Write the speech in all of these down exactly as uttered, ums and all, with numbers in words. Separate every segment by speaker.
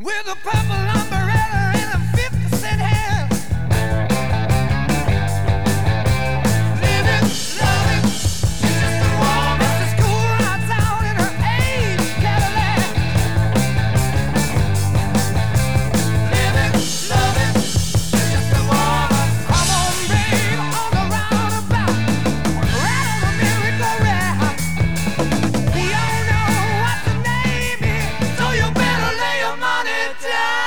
Speaker 1: with a purple umbrella and a fifty cent hand. Living, loving, she's just a woman. She's cool right down in her age Cadillac. Living, loving, she's just a woman. Come on, babe, on the roundabout, right on the merry-go-round. We all know what the name is, so you better lay your money down.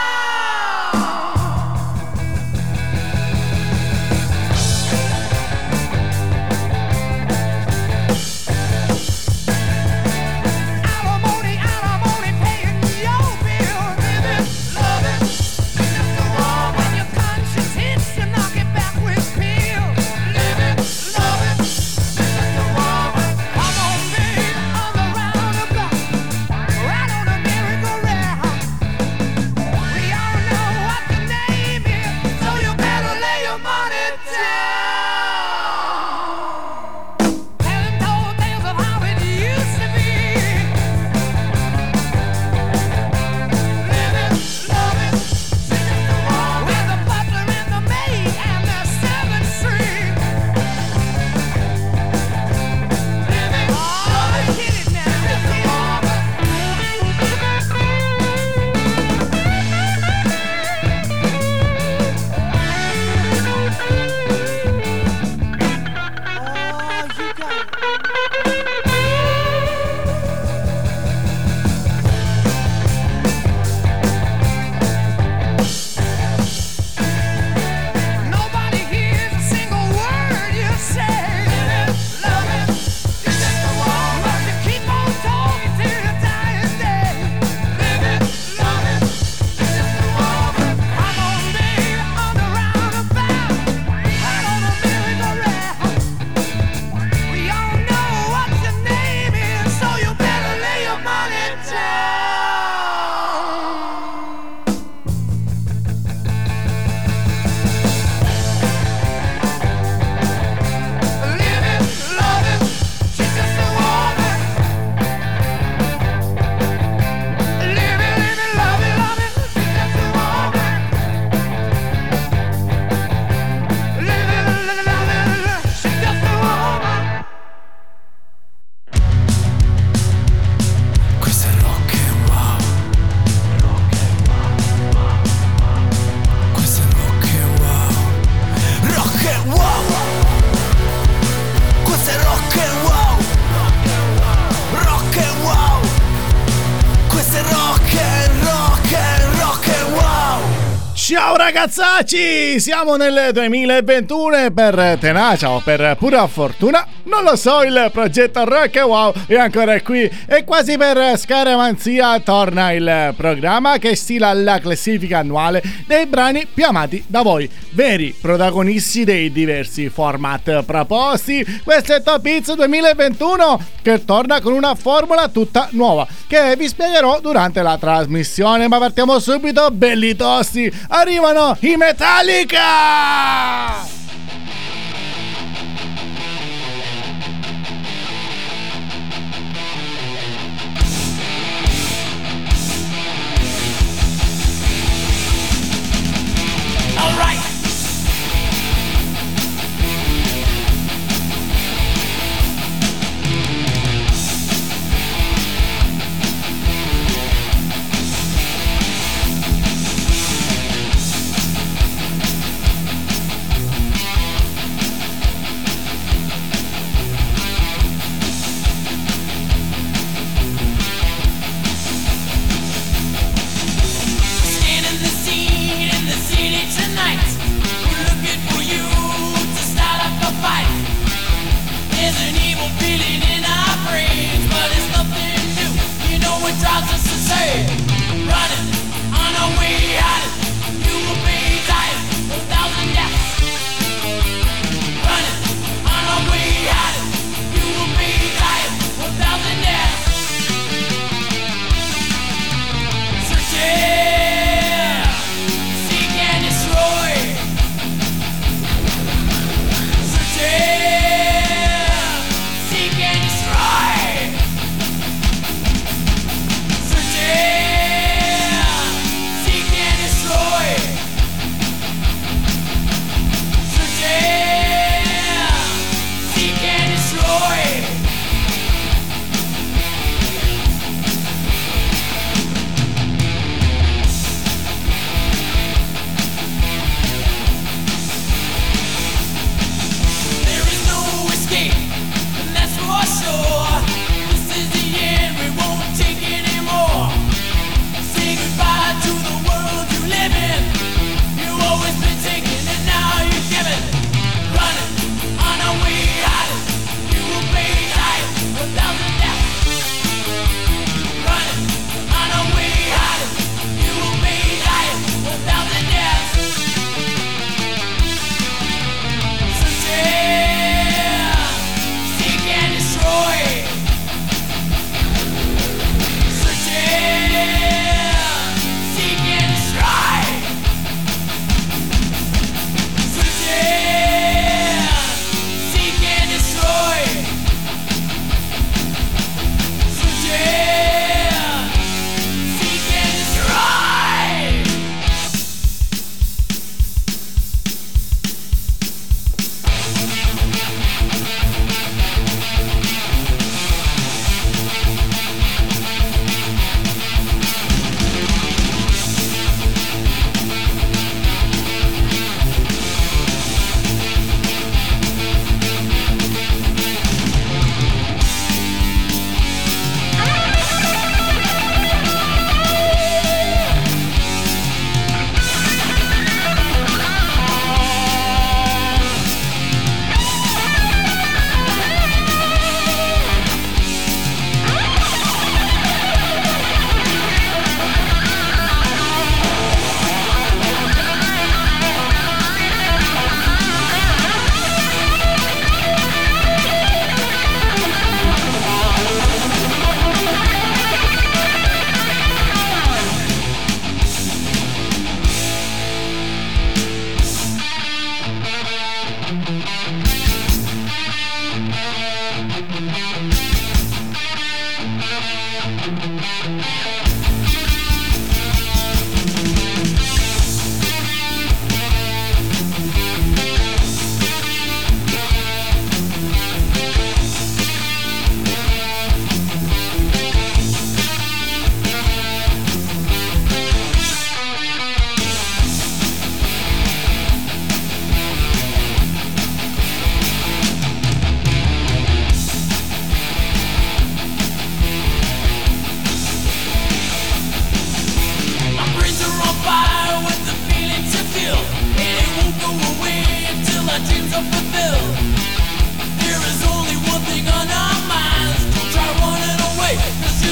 Speaker 1: Alimony, alimony, paying your bill. Living, loving, just a woman. Your conscience hits you, knock it back with pills. Living, loving, just a woman. Come on, babe, on the roundabout, right on the merry-go-round. We all know what the name is, so you better lay your money down. Telling tall tales of how it used to be. Living, loving, she's just a woman. With the butler and the maid and the seventh street. Living, oh, get it now, just a woman. Oh, you got it. Nobody hears a single word you say. Living, loving, she's just a woman. But you keep on talking till your dying day. Living, loving, she's just a woman. Come on, babe, on the roundabout, right on the merry-go-round. We all know what your name is, so you better lay your money down. Living, loving, she's just a woman. Living, living, loving, loving, she's just a woman. Living, living, loving, she's just a woman.
Speaker 2: Questo è rock and wow. Questo è rock and wow. Rock and wow. Questo è rock and wow. Rock and wow. Questo è rock and rock and rock and wow.
Speaker 3: Ciao ragazzacci, siamo nel duemilaventuno e per tenacia o per pura fortuna, non lo so, il progetto Rock and Wow è ancora qui e quasi per scaramanzia torna il programma che stila la classifica annuale dei brani più amati da voi, veri protagonisti dei diversi format proposti. Questo è Top Hits duemilaventuno che torna con una formula tutta nuova che vi spiegherò durante la trasmissione, ma partiamo subito belli tosti. Arrivano i Metallica!
Speaker 2: All right.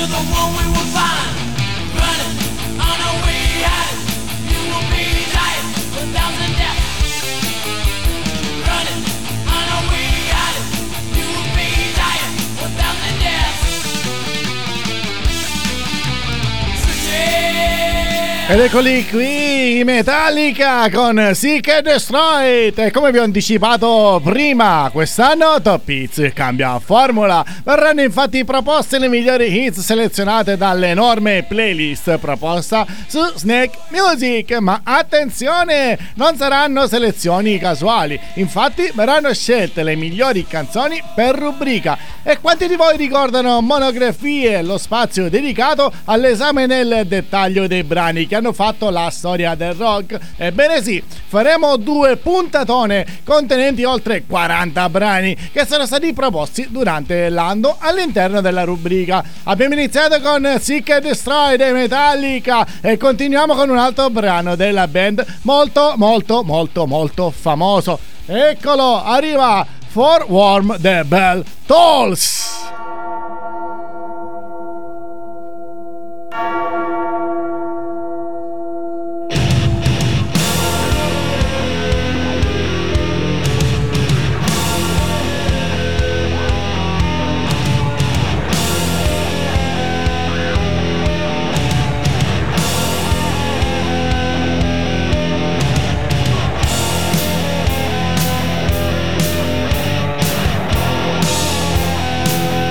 Speaker 2: to the one we will find. Running on our way out, you will be dying a thousand deaths. Running on our way out, you will be dying a thousand deaths.
Speaker 3: Ed eccoli qui, i Metallica con Seek and Destroy. E come vi ho anticipato prima, quest'anno Top Hits cambia formula. Verranno infatti proposte le migliori hits selezionate dall'enorme playlist proposta su Snake Music. Ma attenzione, non saranno selezioni casuali. Infatti verranno scelte le migliori canzoni per rubrica. E quanti di voi ricordano Monografie, lo spazio dedicato all'esame nel dettaglio dei brani che hanno fatto la storia del rock? Ebbene sì, faremo due puntatone contenenti oltre quaranta brani che sono stati proposti durante l'anno all'interno della rubrica. Abbiamo iniziato con Seek and Destroy dei Metallica e continuiamo con un altro brano della band molto molto molto molto famoso. Eccolo, arriva For Warm the Bell Tolls.
Speaker 2: Running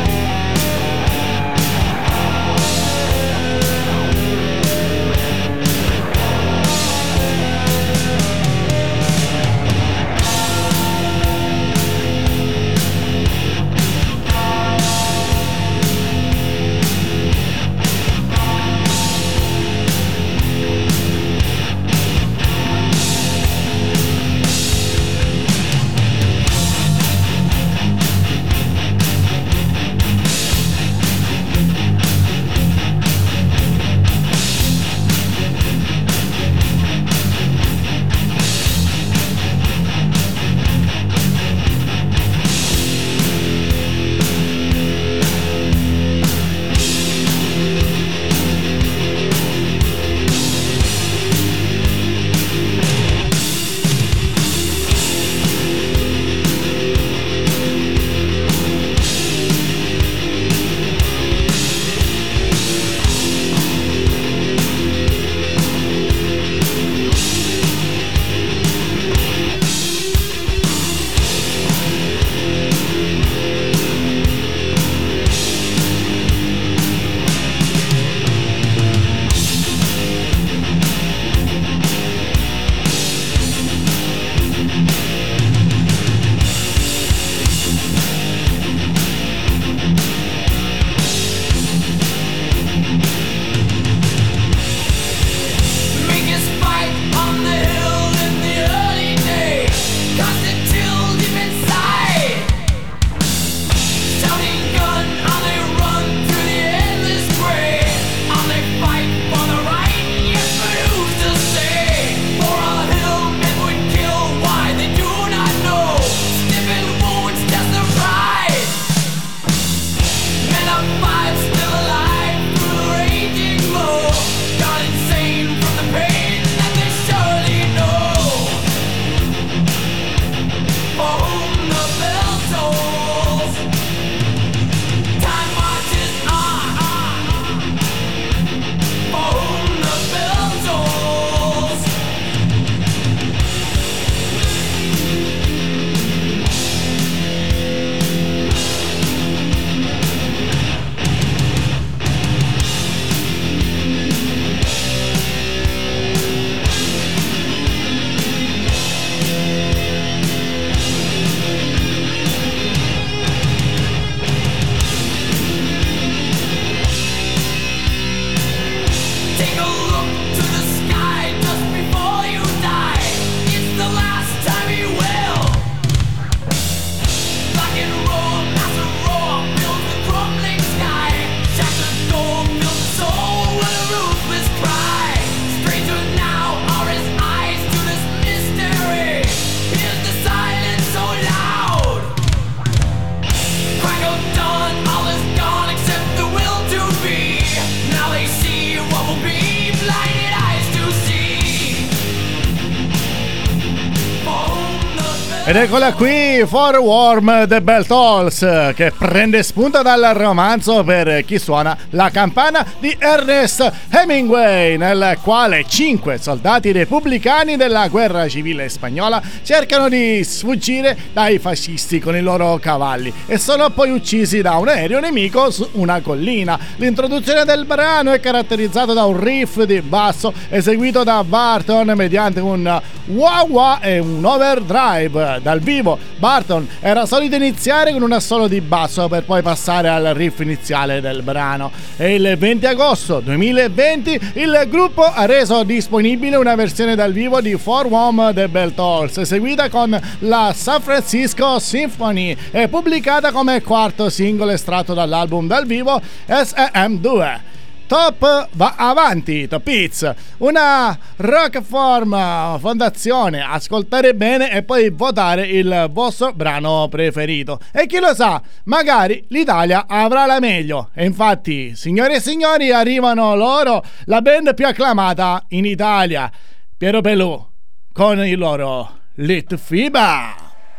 Speaker 3: Ed eccola qui, For Warm The Bell Tolls, che prende spunto dal romanzo Per chi suona la campana di Ernest Hemingway, nel quale cinque soldati repubblicani della guerra civile spagnola cercano di sfuggire dai fascisti con i loro cavalli e sono poi uccisi da un aereo nemico su una collina. L'introduzione del brano è caratterizzato da un riff di basso eseguito da Barton mediante un wah wah e un overdrive. Dal vivo Barton era solito iniziare con un assolo di basso per poi passare al riff iniziale del brano, e il venti agosto duemilaventi il gruppo ha reso disponibile una versione dal vivo di For Warm The Bell Tolls eseguita con la San Francisco Symphony e pubblicata come quarto singolo estratto dall'album dal vivo S E M due. Top va avanti, Top Hits, una rock form fondazione, ascoltare bene e poi votare il vostro brano preferito. E chi lo sa, magari l'Italia avrà la meglio. E infatti, signore e signori, arrivano loro, la band più acclamata in Italia, Piero Pelù, con il loro Litfiba.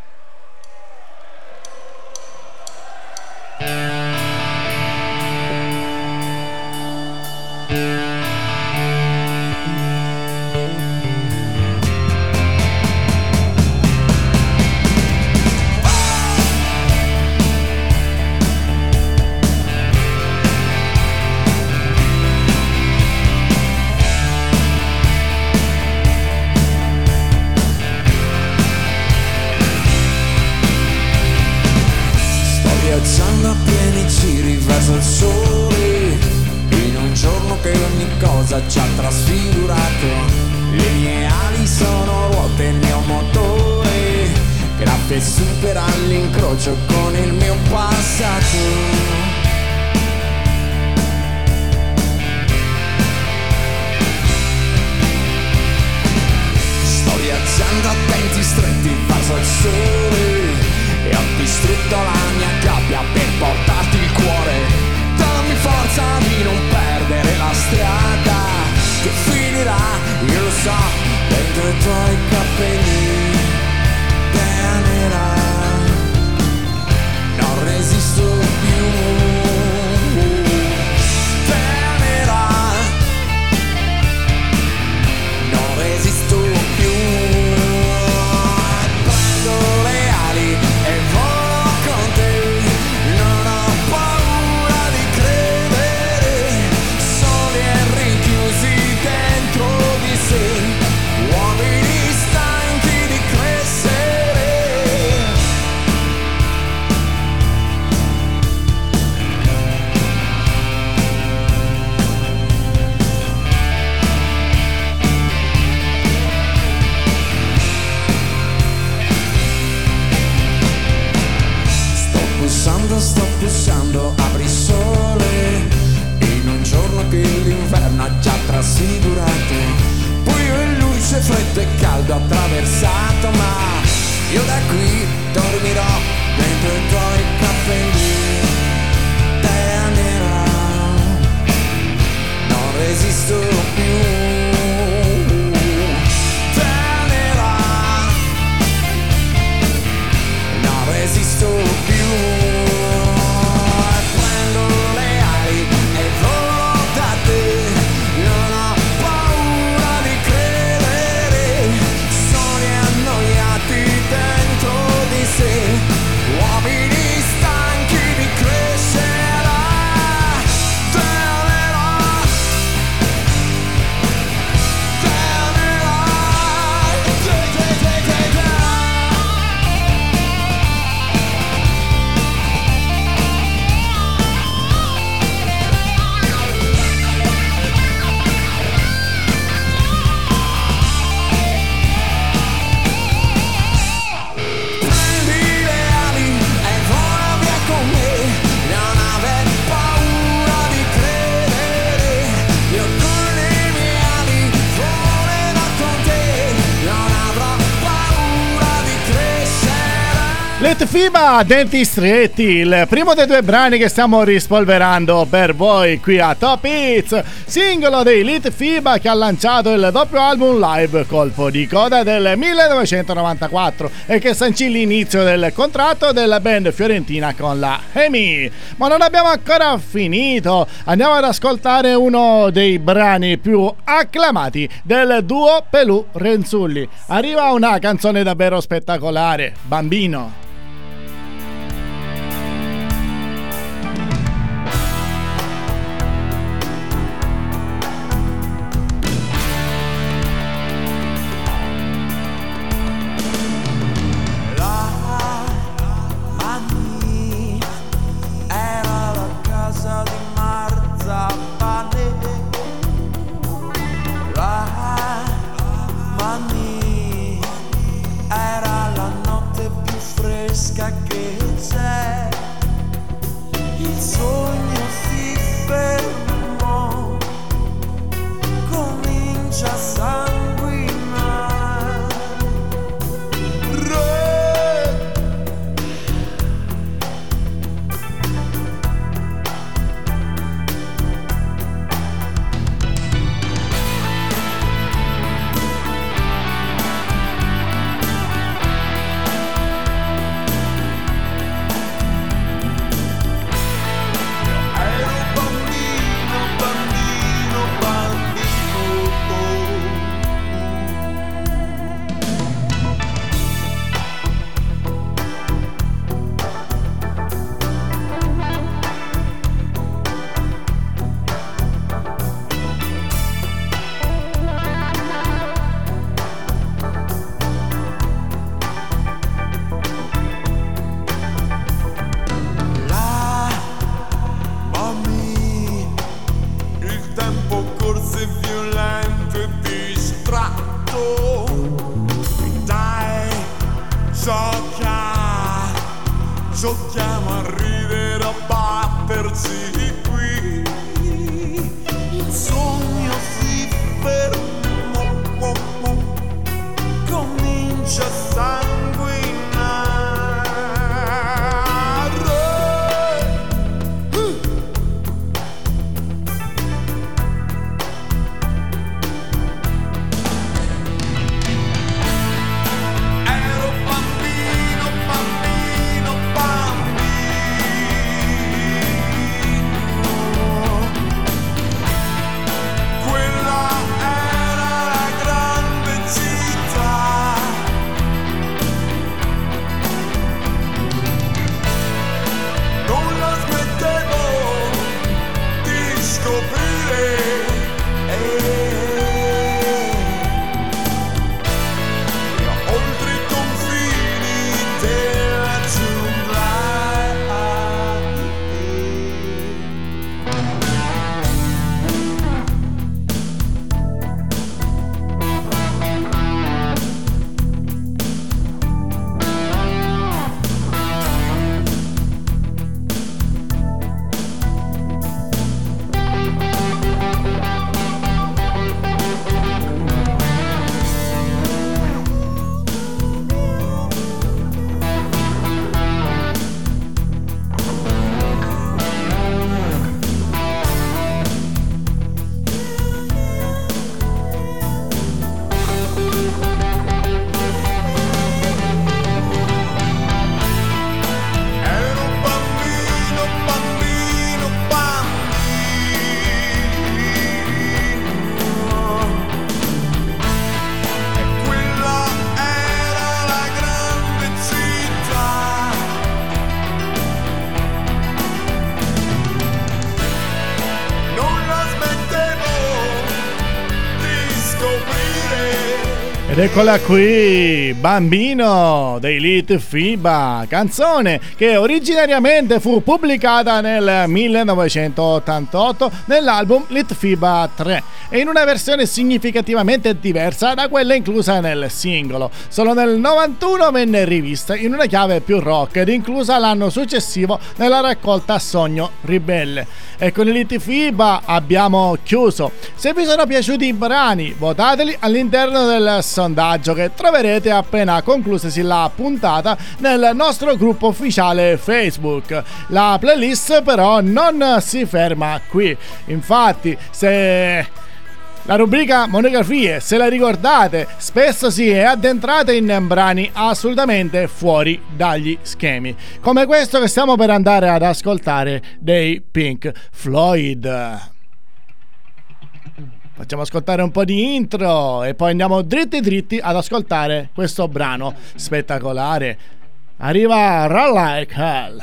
Speaker 2: Viaggiando a pieni giri verso il sole, in un giorno che ogni cosa ci ha trasfigurato. Le mie ali sono ruote, il mio motore, graffie supera all'incrocio con il mio passato. Sto viaggiando a denti stretti verso il sole e ho distrutto la mia gabbia per portarti il cuore. Dammi forza di non perdere la strada, che finirà, io lo so, dentro i tuoi capelli. Dea nera, non resisto più. Dea nera, non resisto più. Prendo le ali e volo con te, non ho paura di credere, soli e rinchiusi dentro di sé, uomini stanchi di crescere. Sto bussando, sto bussando, apri sole, in un giorno che l'inverno ha già trasfigurato. Buio e luce, freddo e caldo attraversato, ma io da qui dormirò dentro i tuoi capelli. Dea nera, non resisto più. Dea nera, non resisto più. Prendo le ali e volo da te, non ho paura di credere, soli e annoiati dentro di sé, uomini stanchi di crescere. Dea nera,
Speaker 3: Litfiba, Denti Stretti, il primo dei due brani che stiamo rispolverando per voi qui a Top Hits, singolo dei Litfiba che ha lanciato il doppio album live Colpo di Coda del millenovecentonovantaquattro e che sancì l'inizio del contratto della band fiorentina con la E M I. Ma non abbiamo ancora finito, andiamo ad ascoltare uno dei brani più acclamati del duo Pelù Renzulli. Arriva una canzone davvero spettacolare, Bambino.
Speaker 4: Giochiamo a ridere, a batterci qui. Il sogno si fermò, comincia a sanguinare. Ero bambino, bambino, quella era la grande città. Non la smettevo di scoprire, oltre i confini della giungla. Ero bambino, bambino, bambino, e quella era la grande città. Non la smettevo di scoprire.
Speaker 3: Ed eccola qui, Bambino dei Litfiba, canzone che originariamente fu pubblicata nel millenovecentottantotto nell'album Litfiba tre e in una versione significativamente diversa da quella inclusa nel singolo. Solo nel novantuno venne rivista in una chiave più rock ed inclusa l'anno successivo nella raccolta Sogno Ribelle. E con i Litfiba abbiamo chiuso. Se vi sono piaciuti i brani, votateli all'interno del sondaggio che troverete appena conclusesi la puntata nel nostro gruppo ufficiale Facebook. La playlist però non si ferma qui, infatti se la rubrica Monografie, se la ricordate, spesso si è addentrata in brani assolutamente fuori dagli schemi, come questo che stiamo per andare ad ascoltare dei Pink Floyd. Facciamo ascoltare un po' di intro e poi andiamo dritti dritti ad ascoltare questo brano spettacolare. Arriva Run Like Hell.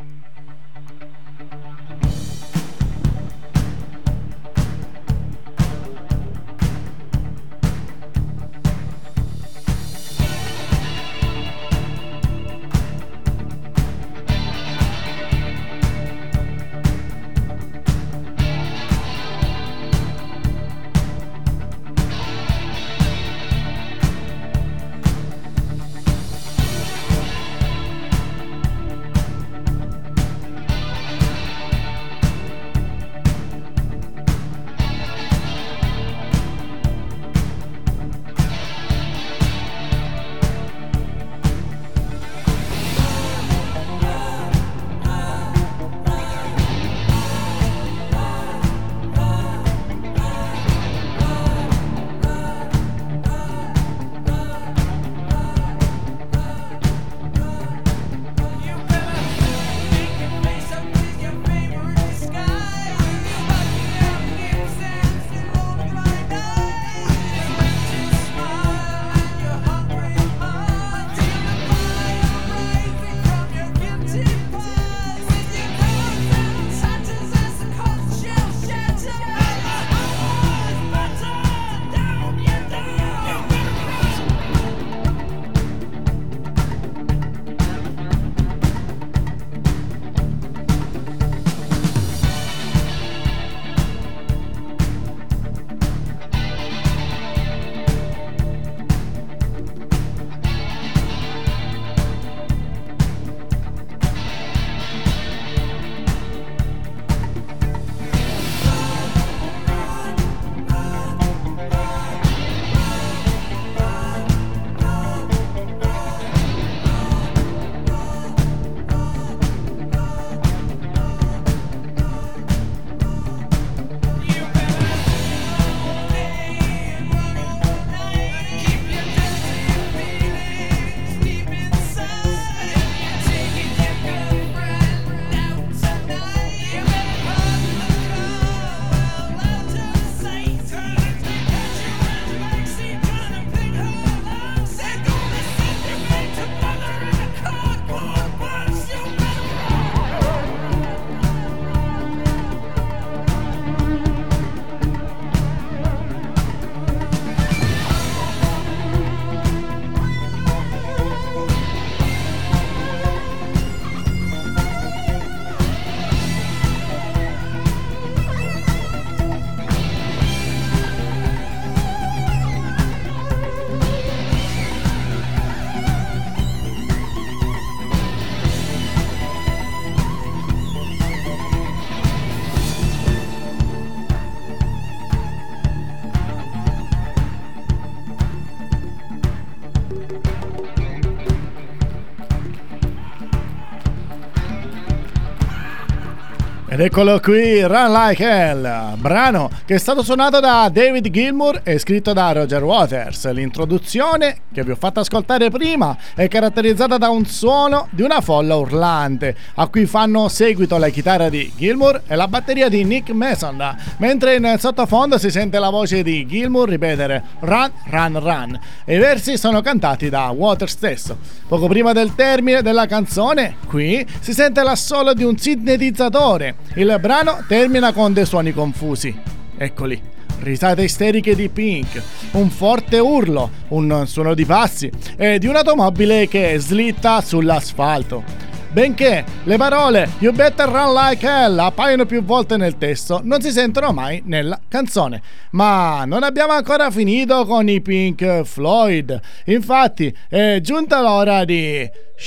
Speaker 3: Ed eccolo qui, Run Like Hell, brano che è stato suonato da David Gilmour e scritto da Roger Waters. L'introduzione che vi ho fatto ascoltare prima è caratterizzata da un suono di una folla urlante, a cui fanno seguito la chitarra di Gilmour e la batteria di Nick Mason, mentre in sottofondo si sente la voce di Gilmour ripetere Run, Run, Run, e i versi sono cantati da Waters stesso. Poco prima del termine della canzone, qui si sente l'assolo di un sintetizzatore. Il brano termina con dei suoni confusi. Eccoli, risate isteriche di Pink, un forte urlo, un suono di passi e di un'automobile che slitta sull'asfalto. Benché le parole You Better Run Like Hell appaiono più volte nel testo, non si sentono mai nella canzone. Ma non abbiamo ancora finito con i Pink Floyd. Infatti è giunta l'ora di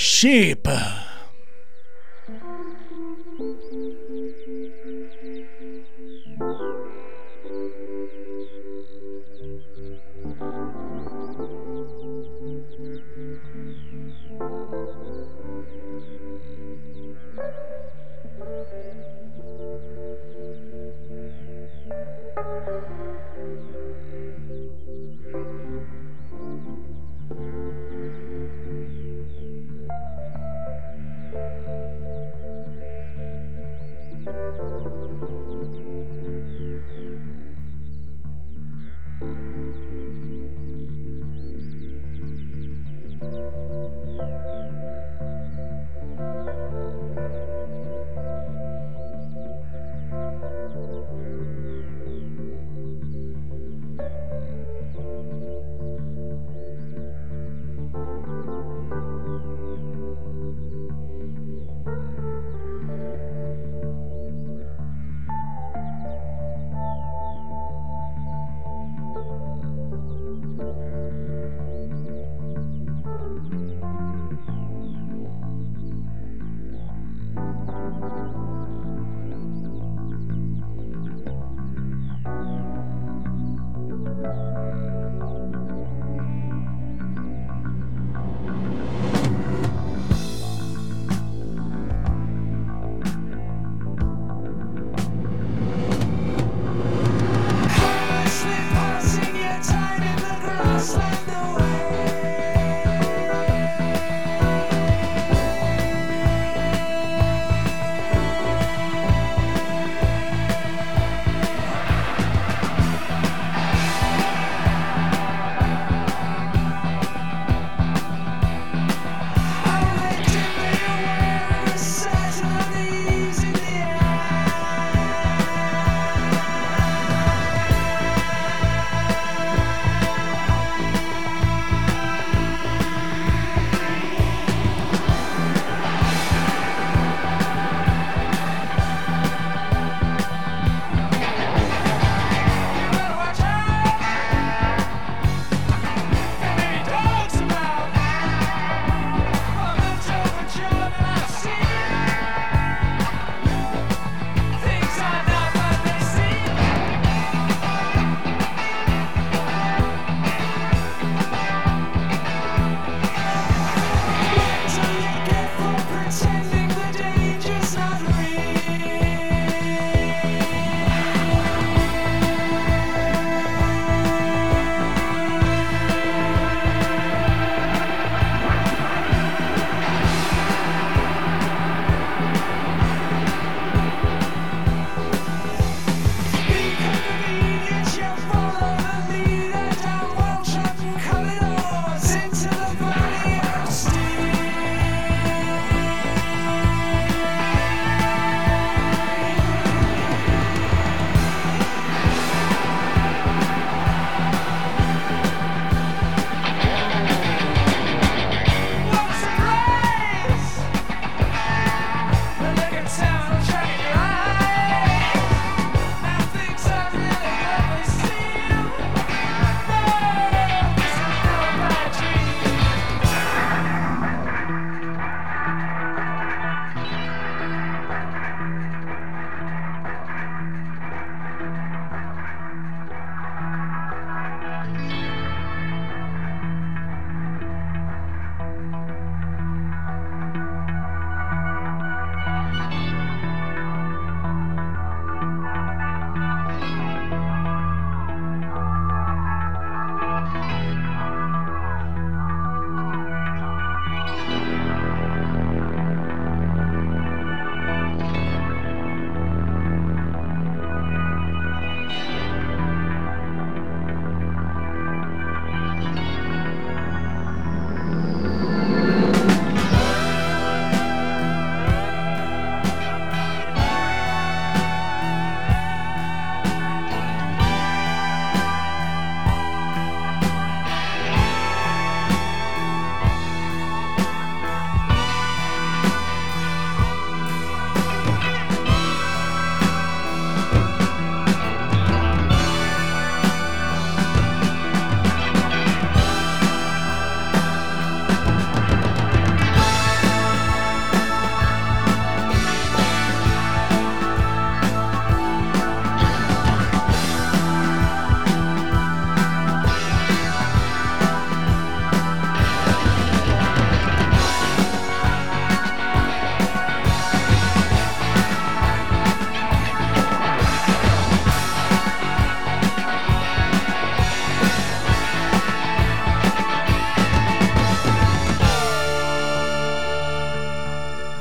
Speaker 3: Sheep.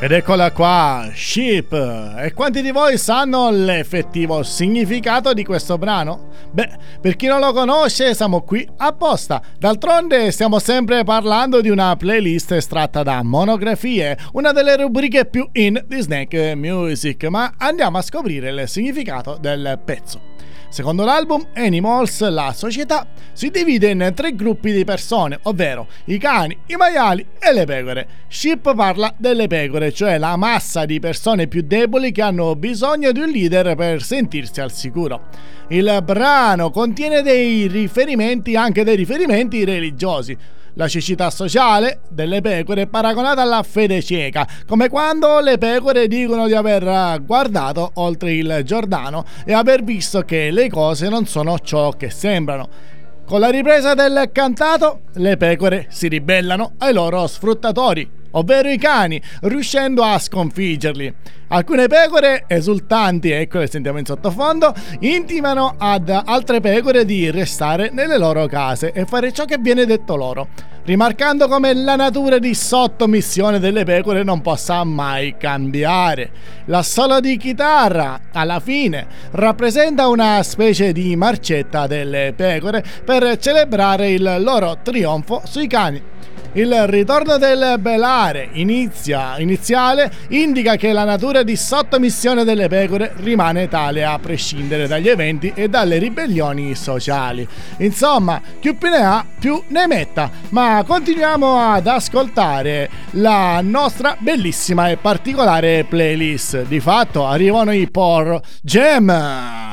Speaker 3: Ed eccola qua, Sheep. E quanti di voi sanno l'effettivo significato di questo brano? Beh, per chi non lo conosce, siamo qui apposta. D'altronde stiamo sempre parlando di una playlist estratta da Monografie, una delle rubriche più in di Snack Music, ma andiamo a scoprire il significato del pezzo. Secondo l'album Animals, la società si divide in tre gruppi di persone, ovvero i cani, i maiali e le pecore. Sheep parla delle pecore, cioè la massa di persone più deboli che hanno bisogno di un leader per sentirsi al sicuro. Il brano contiene dei riferimenti, anche dei riferimenti religiosi. La cecità sociale delle pecore è paragonata alla fede cieca, come quando le pecore dicono di aver guardato oltre il Giordano e aver visto che le cose non sono ciò che sembrano. Con la ripresa del cantato, le pecore si ribellano ai loro sfruttatori, ovvero i cani, riuscendo a sconfiggerli. Alcune pecore esultanti, ecco le sentiamo in sottofondo, intimano ad altre pecore di restare nelle loro case e fare ciò che viene detto loro, rimarcando come la natura di sottomissione delle pecore non possa mai cambiare. L'assolo di chitarra, alla fine, rappresenta una specie di marcetta delle pecore per celebrare il loro trionfo sui cani. Il ritorno del belare inizia, iniziale indica che la natura di sottomissione delle pecore rimane tale a prescindere dagli eventi e dalle ribellioni sociali. Insomma, più ne ha, più ne metta. Ma continuiamo ad ascoltare la nostra bellissima e particolare playlist. Di fatto arrivano i Pearl Jam.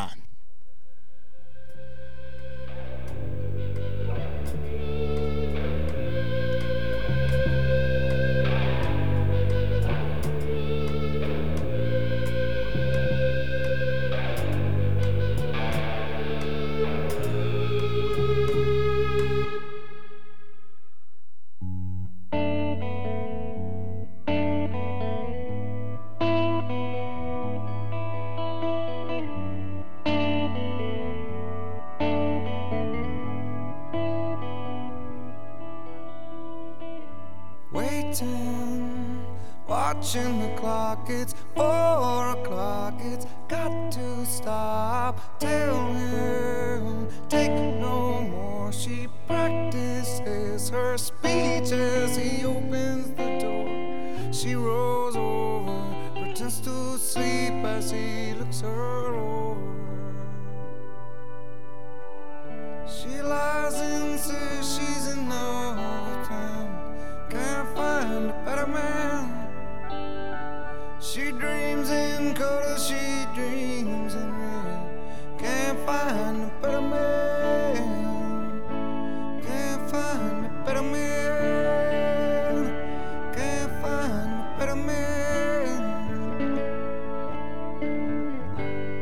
Speaker 4: Waiting, watching the clock, it's four o'clock, it's got to stop. Tell him, take no more. She practices her speech as he opens the door. She rolls over, pretends to sleep as he looks her over. She lies and says she's in overtime. Can't find a better man. She dreams in color, she dreams in red. Can't find a better man. Can't find a better man. Can't find a better man.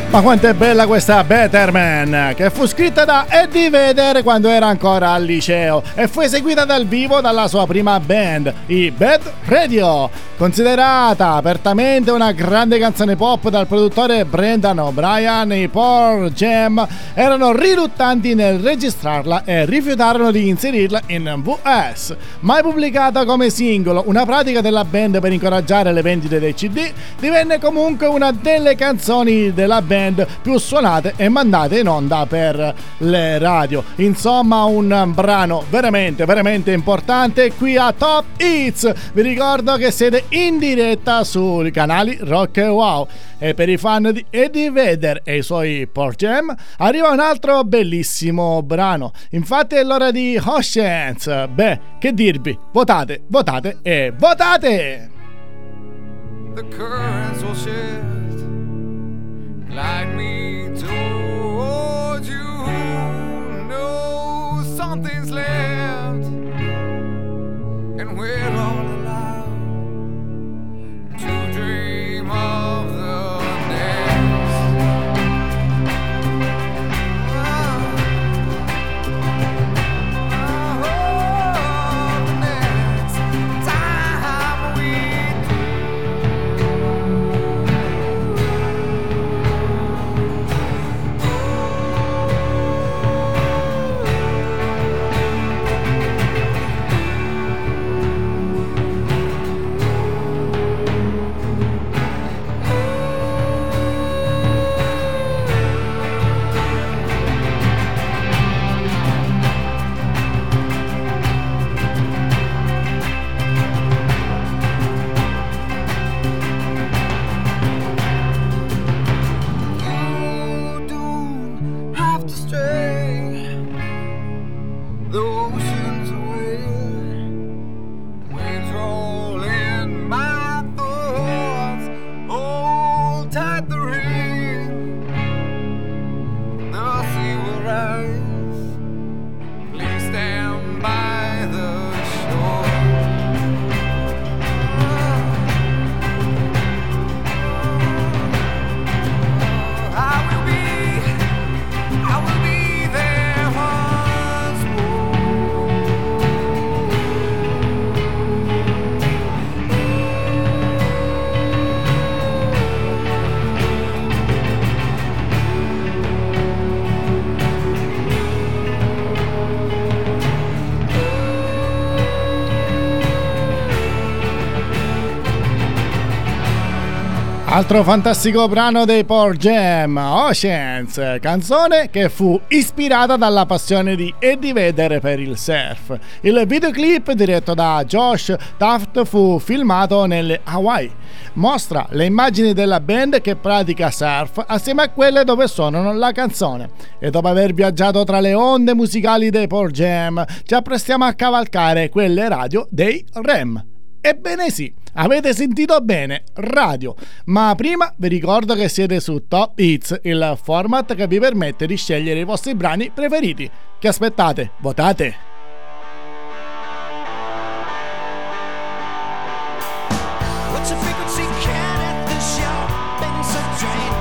Speaker 3: Ma quanto è bella questa Better Man, che fu scritta da Eddie Vedder quando era ancora al liceo e fu eseguita dal vivo dalla sua prima band, i Bad Radio. Considerata apertamente una grande canzone pop dal produttore Brendan O'Brien, i Pearl Jam erano riluttanti nel registrarla e rifiutarono di inserirla in V S. Mai pubblicata come singolo, una pratica della band per incoraggiare le vendite dei C D, divenne comunque una delle canzoni della band più suonate e mandate in onda per le radio. Insomma, un brano veramente veramente importante qui a Top Hits. Vi ricordo che siete in diretta sui canali Rock e Wow, e per i fan di Eddie Vedder e i suoi Pearl Jam arriva un altro bellissimo brano. Infatti è l'ora di Oceans. Beh, che dirvi, votate, votate e votate!
Speaker 4: The currents will shift, glide me towards you. No, something's left, and we're all allowed to dream of the next. Oh, the next time we You don't have to stray the oceans away. Waves roll in my thoughts. Hold tight the ring. The sea will rise. Please stand by the shore. I will be, I will be there once
Speaker 3: Altro fantastico brano dei Pearl Jam, Oceans, canzone che fu ispirata dalla passione di Eddie Vedder per il surf. Il videoclip, diretto da Josh Taft, fu filmato nelle Hawaii. Mostra le immagini della band che pratica surf assieme a quelle dove suonano la canzone. E dopo aver viaggiato tra le onde musicali dei Pearl Jam, ci apprestiamo a cavalcare quelle radio dei R E M. Ebbene sì, avete sentito bene, radio. Ma prima vi ricordo che siete su Top Hits, il format che vi permette di scegliere i vostri brani preferiti. Che aspettate? Votate!
Speaker 1: What's your frequency count at the shopping train?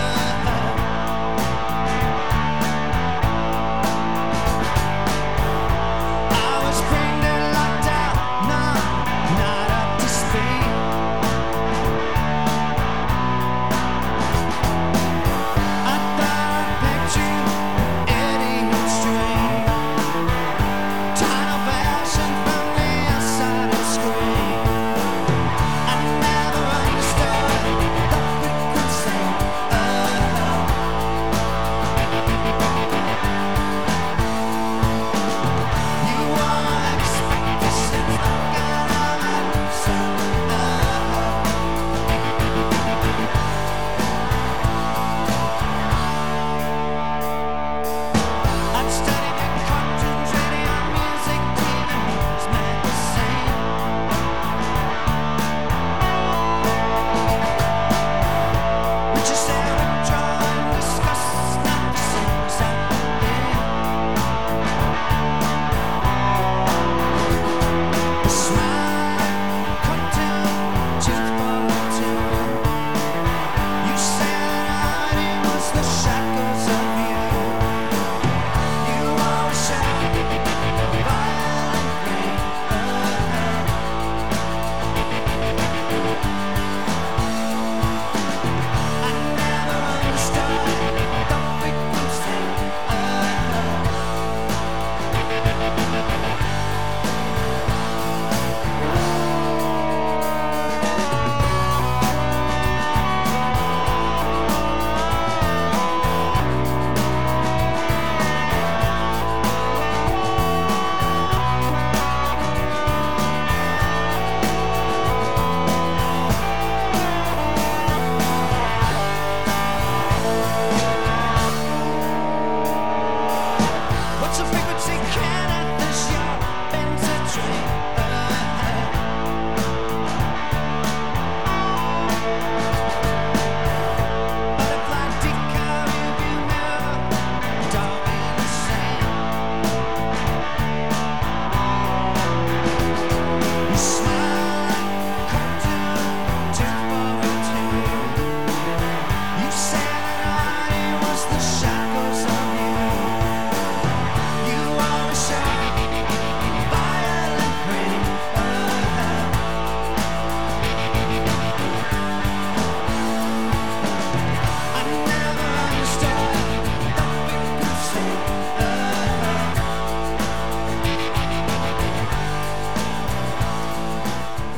Speaker 1: I was cranked and locked out, no, not up to speed. I thought I picked you, Eddie Street.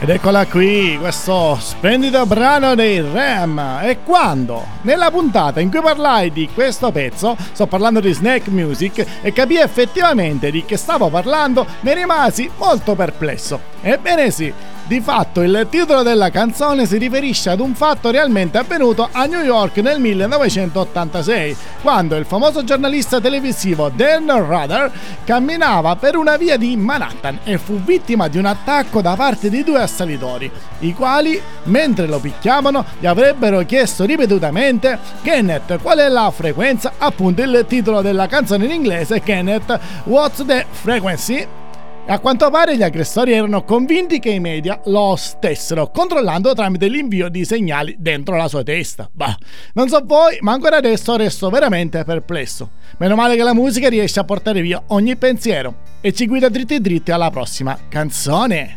Speaker 3: Ed eccola qui, questo splendido brano dei Ram. E quando, nella puntata in cui parlai di questo pezzo, sto parlando di Snake Music, e capii effettivamente di che stavo parlando, ne rimasi molto perplesso. Ebbene sì, di fatto il titolo della canzone si riferisce ad un fatto realmente avvenuto a New York nel millenovecentottantasei, quando il famoso giornalista televisivo Dan Rather camminava per una via di Manhattan e fu vittima di un attacco da parte di due assalitori, i quali, mentre lo picchiavano, gli avrebbero chiesto ripetutamente: Kenneth, qual è la frequenza? Appunto il titolo della canzone in inglese, Kenneth, what's the frequency? A quanto pare gli aggressori erano convinti che i media lo stessero controllando tramite l'invio di segnali dentro la sua testa. Bah, non so voi, ma ancora adesso resto veramente perplesso. Meno male che la musica riesce a portare via ogni pensiero e ci guida dritti dritti alla prossima canzone.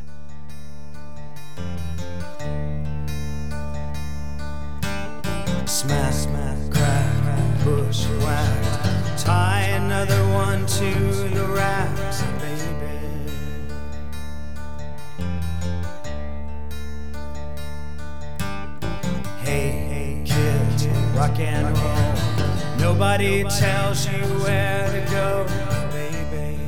Speaker 5: Smash, smash, crack, bush, whack. Tie another one to the racks, baby. Hey, hey, kids, rock and roll. Nobody tells you where to go, baby.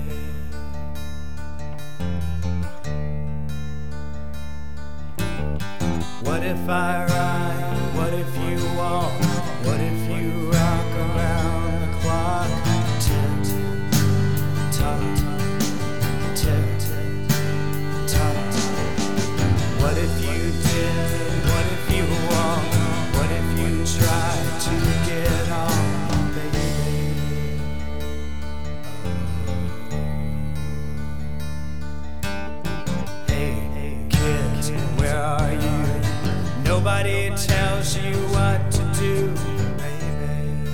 Speaker 5: What if I ride? What if you walk? What if you rock around the clock? Tick, tock, tick, tock. What if you did? What if you walk? What if you tried to get on, baby? Hey, hey, kids, where are you? Nobody tells you what to do, baby.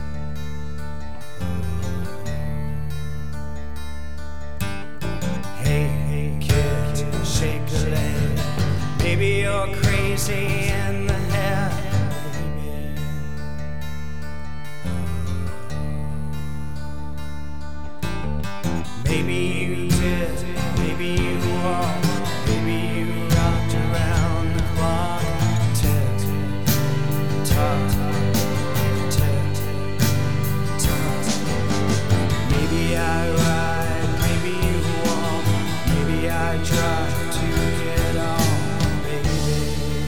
Speaker 5: Hey, hey, kid, shake a leg. Maybe you're crazy in the head, baby. Maybe you did, maybe you won't. Maybe you rocked around the clock. Maybe I ride, maybe you walk, maybe I try to get on, baby.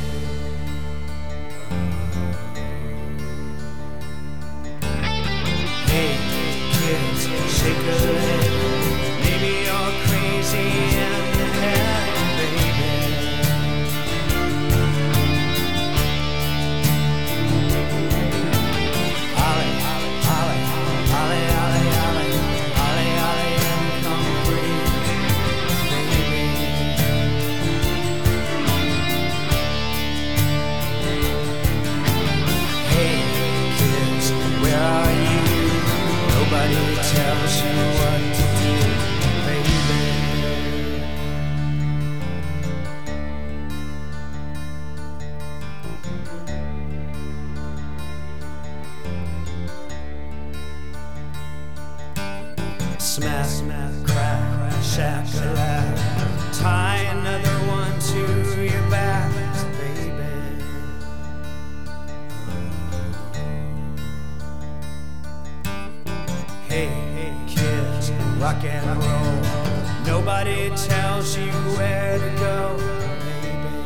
Speaker 5: Hey, kids, shake a leg. Maybe you're crazy in the head, baby. Ollie, Ollie, Ollie, Ollie, Ollie, Ollie, Ollie, and come free, baby. Hey, kids, where are you? Nobody tells you what to do, baby. Smash, smash, crack, shack-a-lack. Tie another one to your back, baby. Hey, hey, kids, rock and roll. Nobody tells you where to go, baby.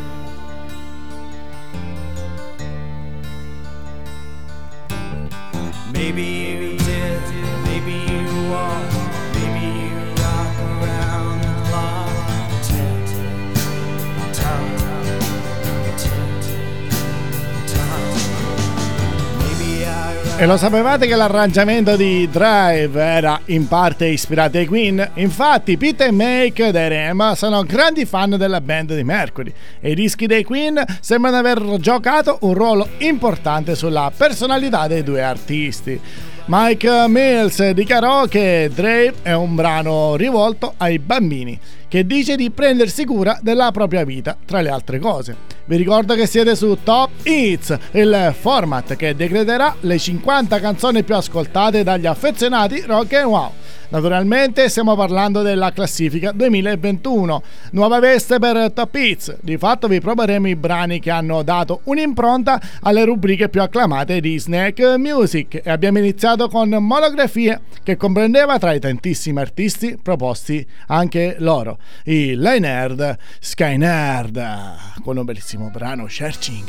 Speaker 5: Maybe you did, maybe you won't. Maybe you rock around the clock. Tick, tock, tick, tock. Maybe I ride.
Speaker 3: E lo sapevate che l'arrangiamento di Drive era in parte ispirato ai Queen? Infatti Pete e Mike dei Rem sono grandi fan della band di Mercury e i dischi dei Queen sembrano aver giocato un ruolo importante sulla personalità dei due artisti. Mike Mills dichiarò che Drive è un brano rivolto ai bambini che dice di prendersi cura della propria vita, tra le altre cose. Vi ricordo che siete su Top Hits, il format che decreterà le cinquanta canzoni più ascoltate dagli affezionati rock and wow. Naturalmente stiamo parlando della classifica duemilaventuno, nuova veste per Top Hits. Di fatto vi proporremo i brani che hanno dato un'impronta alle rubriche più acclamate di Snack Music e abbiamo iniziato con Monografie, che comprendeva tra i tantissimi artisti proposti anche loro, i Leonard Skynyrd, con un bellissimo brano Searching.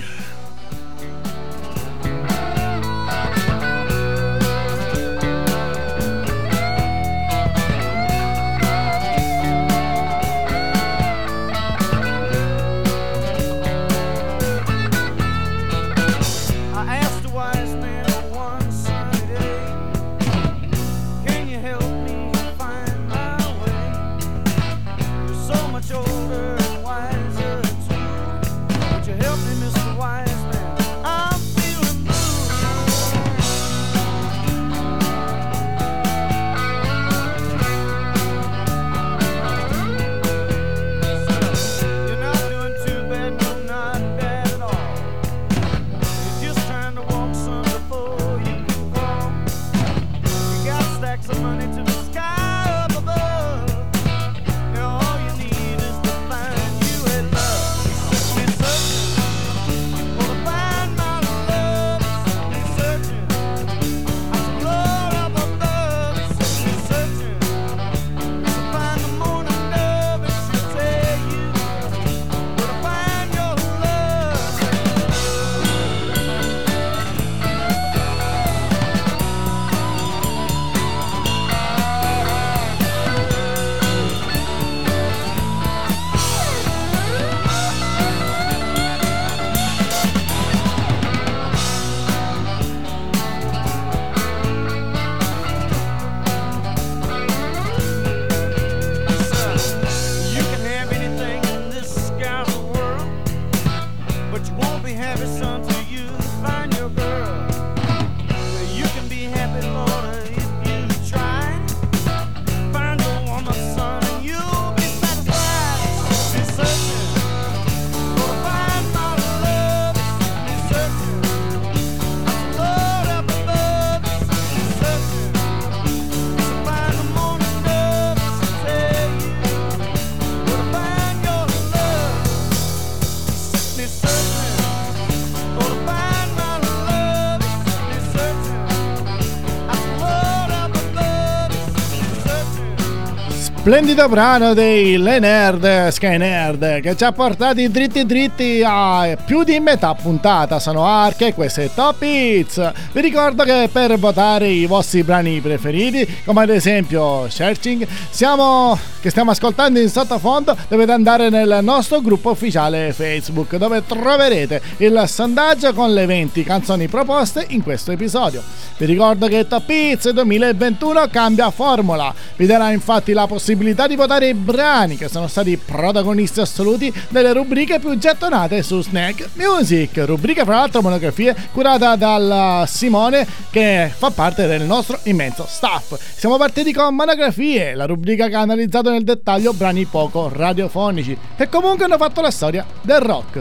Speaker 3: Splendido brano dei Leonard Skynyrd che ci ha portati dritti dritti a più di metà puntata. Sono Ark e questo è Top Hits. Vi ricordo che per votare i vostri brani preferiti, come ad esempio Searching, siamo, che stiamo ascoltando in sottofondo, dovete andare nel nostro gruppo ufficiale Facebook, dove troverete il sondaggio con le venti canzoni proposte in questo episodio. Vi ricordo che Top Hits duemilaventuno cambia formula, vi darà infatti la possibilità di votare i brani che sono stati protagonisti assoluti delle rubriche più gettonate su Snack Music, rubrica fra l'altro Monografie curata dal Simone, che fa parte del nostro immenso staff. Siamo partiti con Monografie, la rubrica che ha analizzato nel dettaglio brani poco radiofonici che comunque hanno fatto la storia del rock.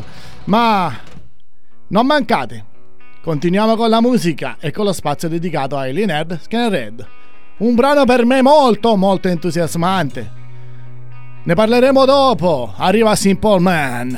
Speaker 3: Ma non mancate, continuiamo con la musica e con lo spazio dedicato ai Leonard Skynyrd. Un brano per me molto molto entusiasmante. Ne parleremo dopo. Arriva Simple Man.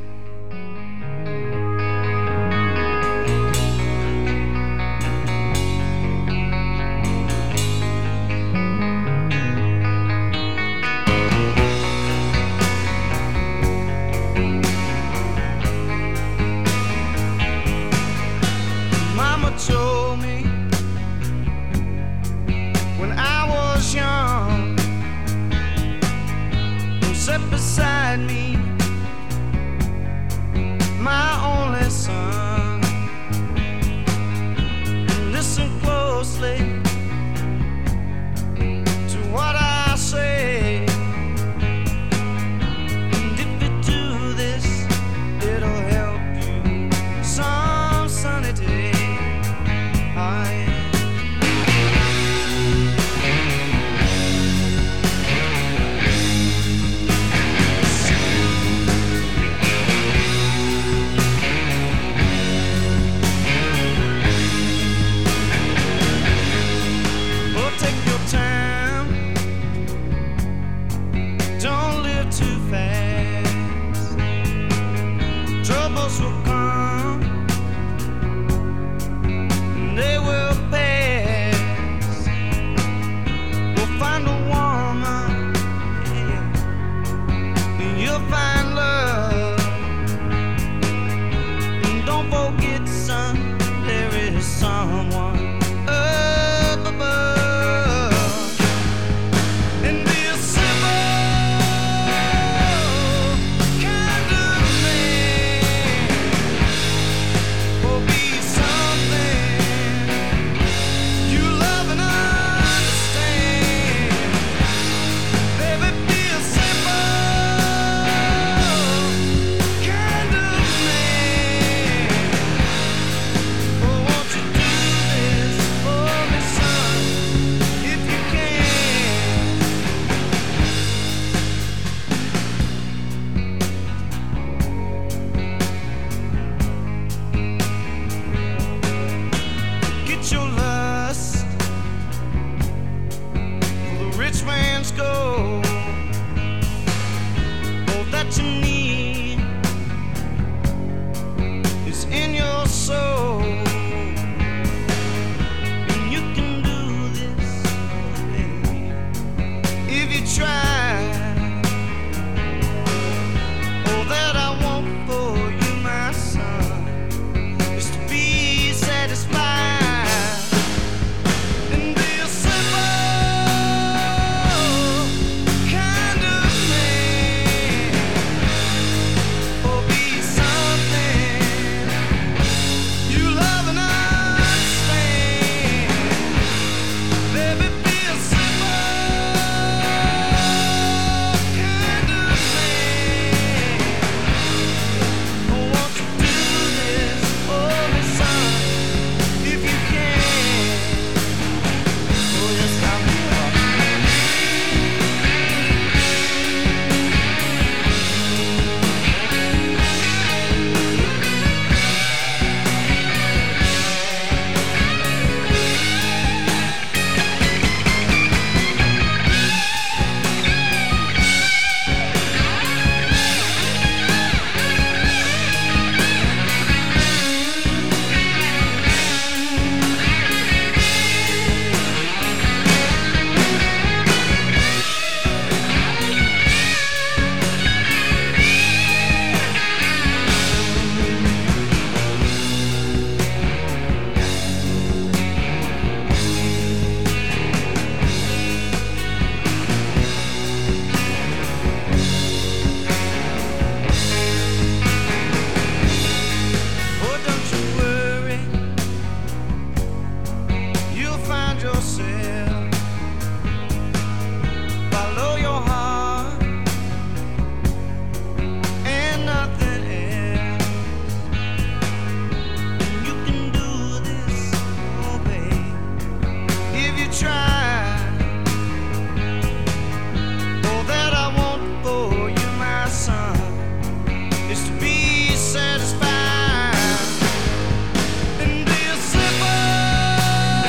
Speaker 5: Mama told me when I was young, sit beside me go. All that you need is in your soul. And you can do this, baby, if you try. All that I want for you, my son, is to be satisfied. And be a simple kind of man, or be something you love and understand. Baby, be a simple kind of man. Oh, won't you do this for me, son, if you can? Oh, yes, I will. Oh, don't you worry, you'll find yourself. Follow your heart and nothing else. And you can do this, oh babe, if you try. All that I want for you, my son, is to be satisfied. And be a simple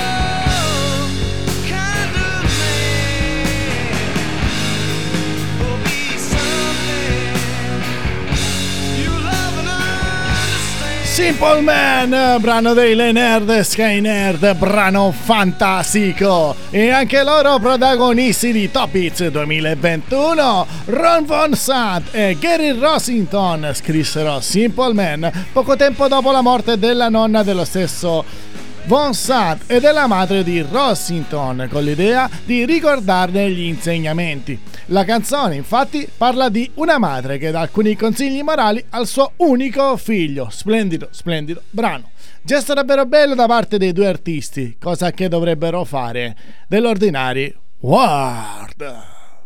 Speaker 5: kind of man, or be something you love and understand.
Speaker 3: Simple Man, brano dei Le Nerd Sky Nerd, brano fantastico. E anche loro protagonisti di Top Hits duemilaventuno, Ron Von Sant e Gary Rossington, scrissero Simple Man poco tempo dopo la morte della nonna dello stesso Von Sant e della madre di Rossington, con l'idea di ricordarne gli insegnamenti. La canzone infatti parla di una madre che dà alcuni consigli morali al suo unico figlio. Splendido, splendido brano. Gesto davvero bello da parte dei due artisti, cosa che dovrebbero fare dell'ordinary World.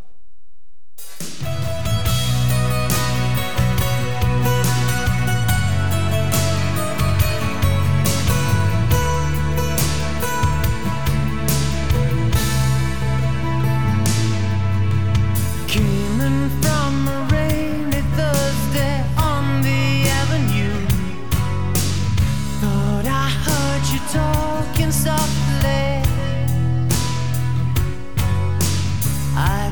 Speaker 5: Came in from a rainy Thursday on the avenue. Thought I heard you talking softly. I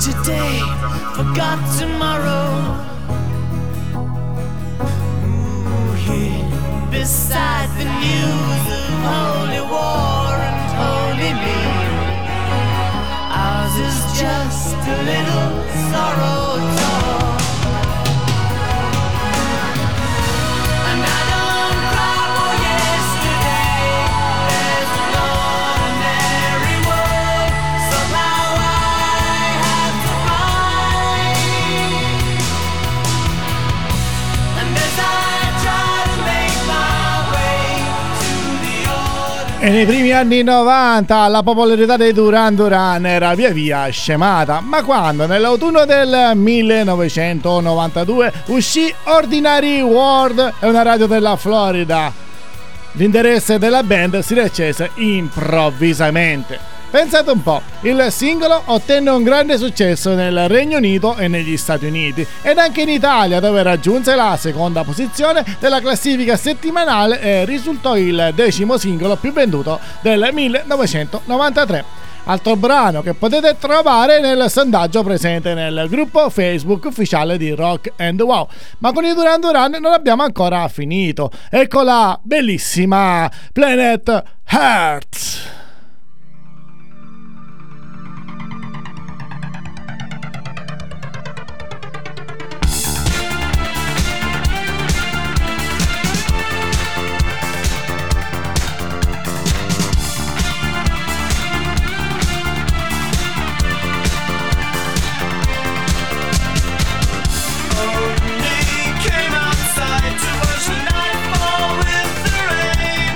Speaker 5: today, forgot tomorrow. Ooh, here beside the news of holy war and holy me, ours is just a little sorrow talk. And I don't cry for yesterday, there's an ordinary world, somehow I have to find. And as I try to make my way to the ordinary.
Speaker 3: E nei primi anni novanta la popolarità dei Duran Duran era via via scemata, ma quando nell'autunno del millenovecentonovantadue uscì Ordinary World, è una radio della Florida, l'interesse della band si riaccese improvvisamente. Pensate un po', il singolo ottenne un grande successo nel Regno Unito e negli Stati Uniti ed anche in Italia, dove raggiunse la seconda posizione della classifica settimanale e risultò il decimo singolo più venduto del millenovecentonovantatré. Altro brano che potete trovare nel sondaggio presente nel gruppo Facebook ufficiale di Rock and Wow. Ma con i Duran Duran non abbiamo ancora finito. Ecco la bellissima Planet Hearts.
Speaker 5: Came outside to watch the night fall with the rain.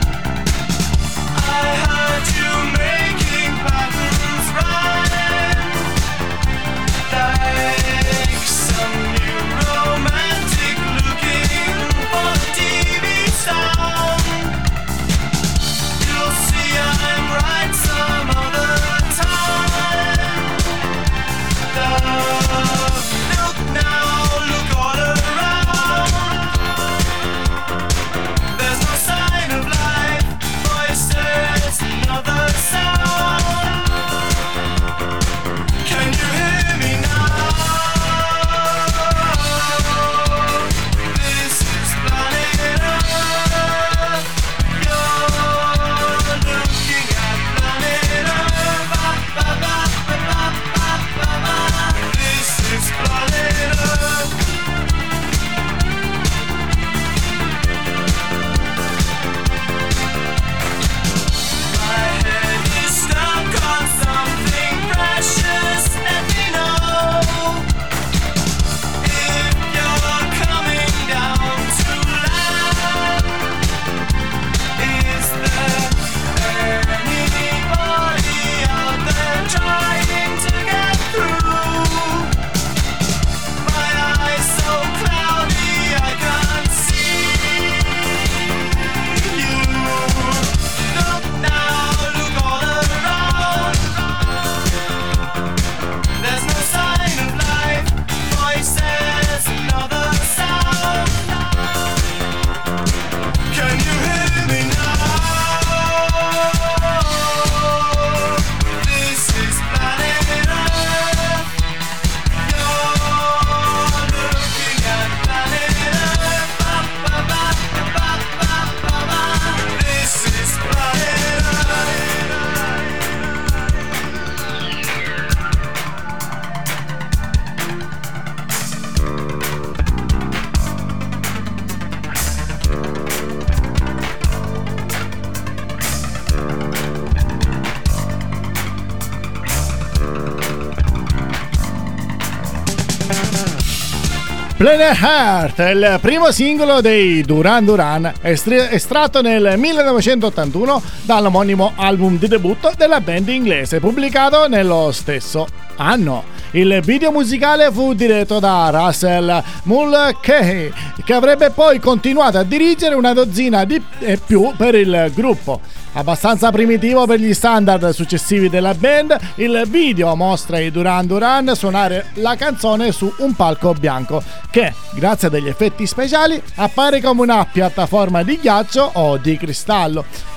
Speaker 3: Planet Heart è il primo singolo dei Duran Duran, estratto nel millenovecentottantuno dall'omonimo album di debutto della band inglese, pubblicato nello stesso anno. Il video musicale fu diretto da Russell Mulcahy, che avrebbe poi continuato a dirigere una dozzina di e più per il gruppo. Abbastanza primitivo per gli standard successivi della band, il video mostra i Duran Duran suonare la canzone su un palco bianco che, grazie a degli effetti speciali, appare come una piattaforma di ghiaccio o di cristallo.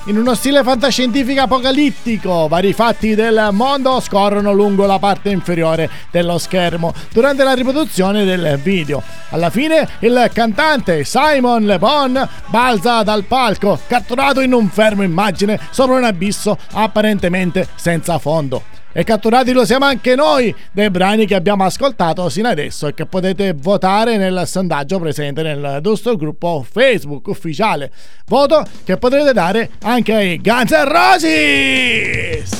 Speaker 3: in uno stile fantascientifico apocalittico. Vari fatti del mondo scorrono lungo la parte inferiore dello schermo durante la riproduzione del video. Alla fine il cantante Simon Le Bon balza dal palco, catturato in un fermo immagine sopra un abisso apparentemente senza fondo. E catturati lo siamo anche noi dei brani che abbiamo ascoltato sino adesso e che potete votare nel sondaggio presente nel nostro gruppo Facebook ufficiale. Voto che potrete dare anche ai Guns N' Roses!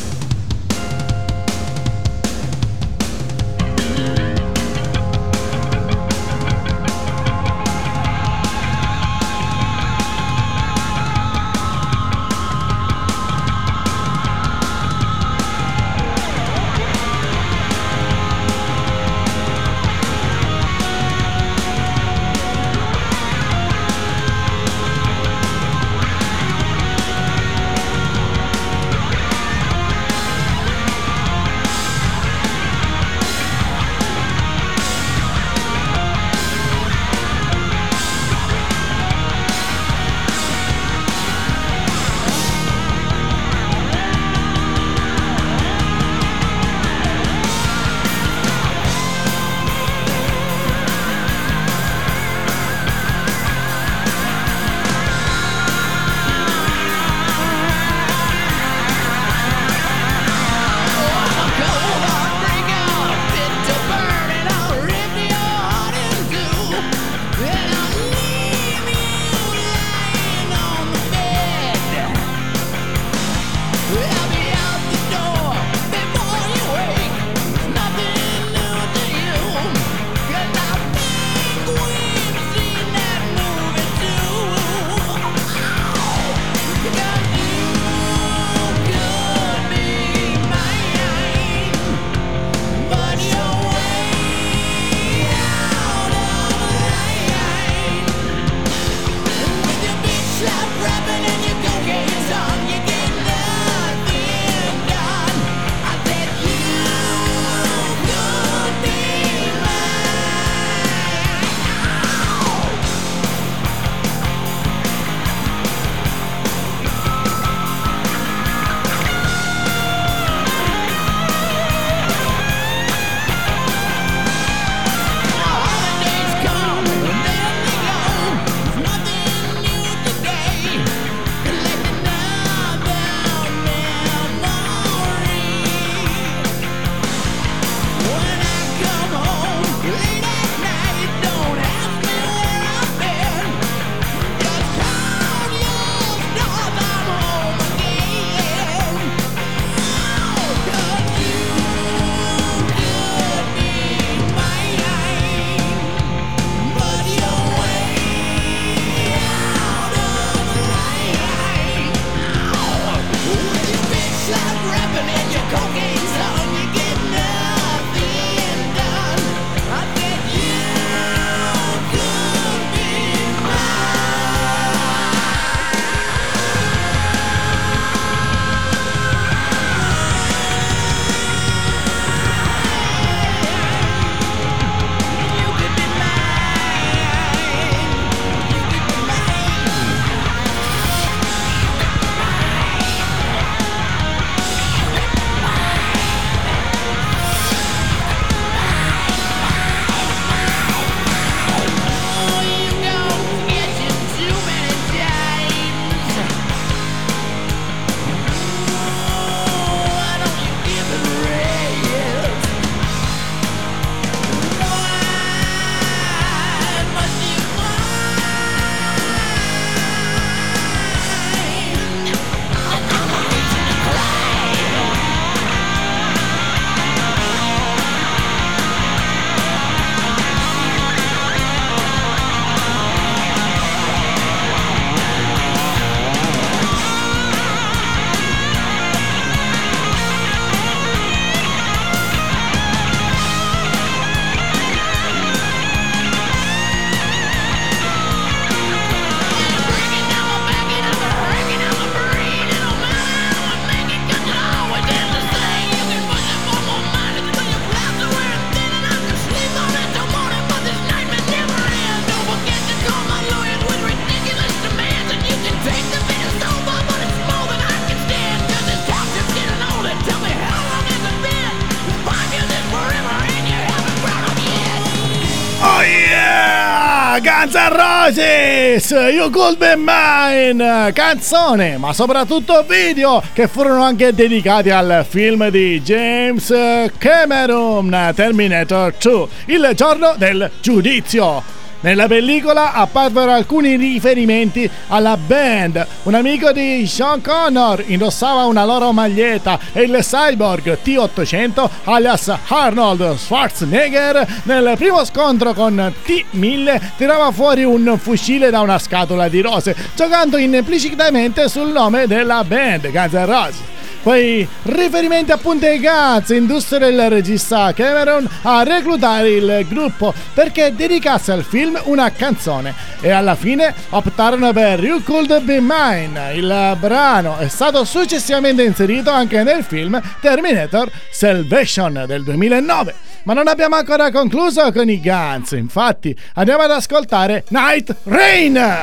Speaker 1: Love
Speaker 3: era Guns N' Roses, You Could Be Mine, canzone ma soprattutto video che furono anche dedicati al film di James Cameron, Terminator due, il giorno del giudizio. Nella pellicola apparvero alcuni riferimenti alla band. Un amico di Sean Connor indossava una loro maglietta e il cyborg T ottocento alias Arnold Schwarzenegger nel primo scontro con T mille tirava fuori un fucile da una scatola di rose, giocando implicitamente sul nome della band, Guns N' Roses. Poi riferimenti appunto ai Guns indussero il regista Cameron a reclutare il gruppo perché dedicasse al film una canzone e alla fine optarono per You Could Be Mine. Il brano è stato successivamente inserito anche nel film Terminator Salvation del duemilanove. Ma non abbiamo ancora concluso con i Guns, infatti andiamo ad ascoltare Night Rain.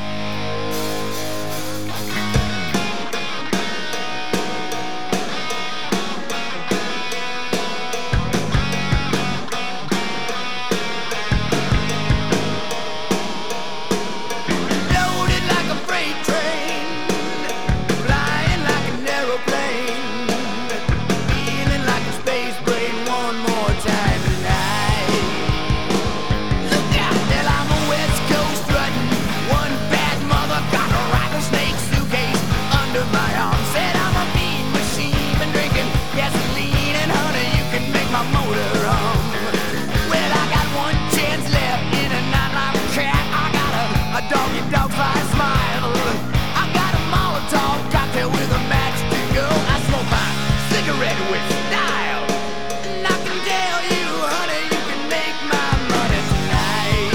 Speaker 1: Loaded like a freight train, flying like an aeroplane, feeling like a space brain one more time tonight. Look out, till I'm a West Coast strutting. One bad mother got a rattlesnake suitcase under my arm. Said I'm a mean machine, been drinking gasoline, and honey, you can make my motor hum. Well, I got one chance left in a nine-life cat. I got a, a doggy dog fly smile. I got a Molotov cocktail with a match to go. I smoke my cigarette with style, and I can tell you, honey, you can make my money tonight.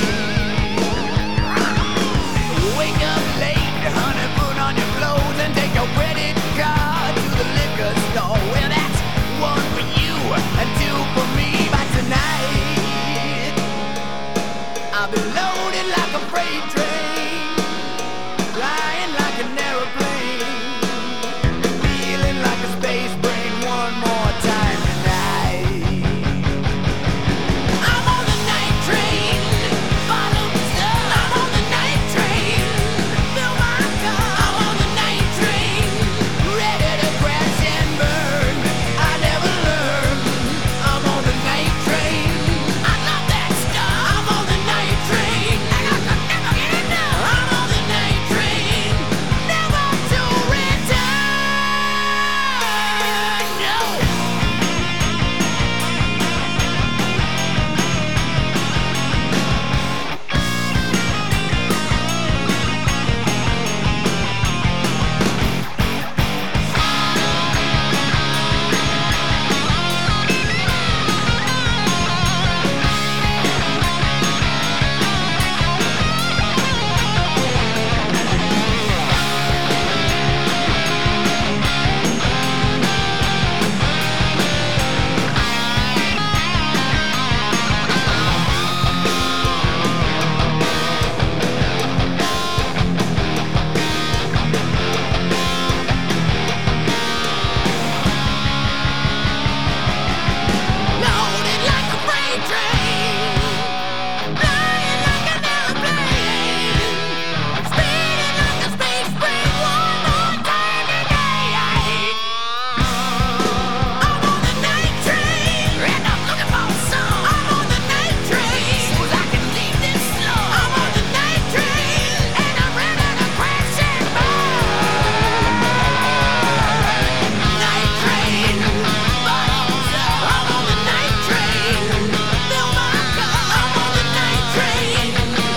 Speaker 1: Wake up late, honey, put on your clothes and take your credit card to the liquor store. Well, that's one for you and two for me. By tonight, I'll be loaded like a freight train, flying like an aeroplane, feeling like a space brain one more time tonight. I'm on the night train, bottoms up. I'm on the night train, fill my cup. I'm on the night train, ready to crash and burn. I never learn. I'm on the night train, I love that stuff. I'm on the night train, I could never get enough. I'm on the night train, never to return. No. Loaded like a freight train, flying like an airplane, speeding like a space brain one more time tonight. I'm on the night train, and I'm looking for some. I'm on the night train, so I can leave this slow. I'm on the night train, and I'm ready to crash and burn. Night train, bottoms up. I'm on the night train, fill my cup. I'm on the night train.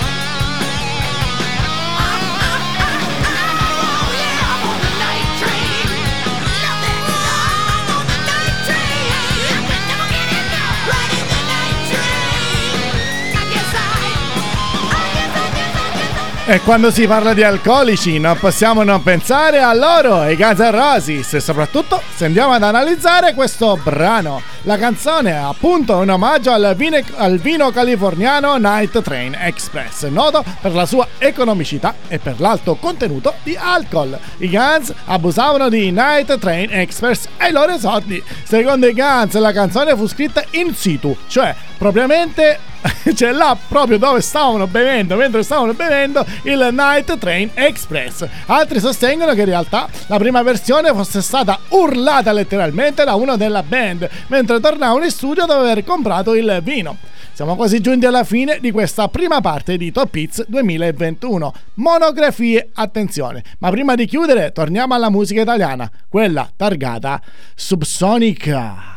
Speaker 1: I'm, I'm, I'm, oh yeah, I'm on the night train. Love that stuff. I'm on the night train. I can never get enough. Riding the night train. I guess I, I guess I guess I guess I.
Speaker 3: E quando si parla di alcolici non possiamo non pensare a loro, ai Guns N' Roses, e soprattutto se andiamo ad analizzare questo brano. La canzone è appunto un omaggio al, vine- al vino californiano Night Train Express, noto per la sua economicità e per l'alto contenuto di alcol. I Guns abusavano di Night Train Express ai loro esordi. Secondo i Guns la canzone fu scritta in situ, cioè propriamente c'è là proprio dove stavano bevendo, mentre stavano bevendo, il Night Train Express. Altri sostengono che in realtà la prima versione fosse stata urlata letteralmente da uno della band mentre tornavano in studio dopo aver comprato il vino. Siamo quasi giunti alla fine di questa prima parte di Top Hits duemilaventuno. Monografie, attenzione. Ma prima di chiudere torniamo alla musica italiana, quella targata Subsonica.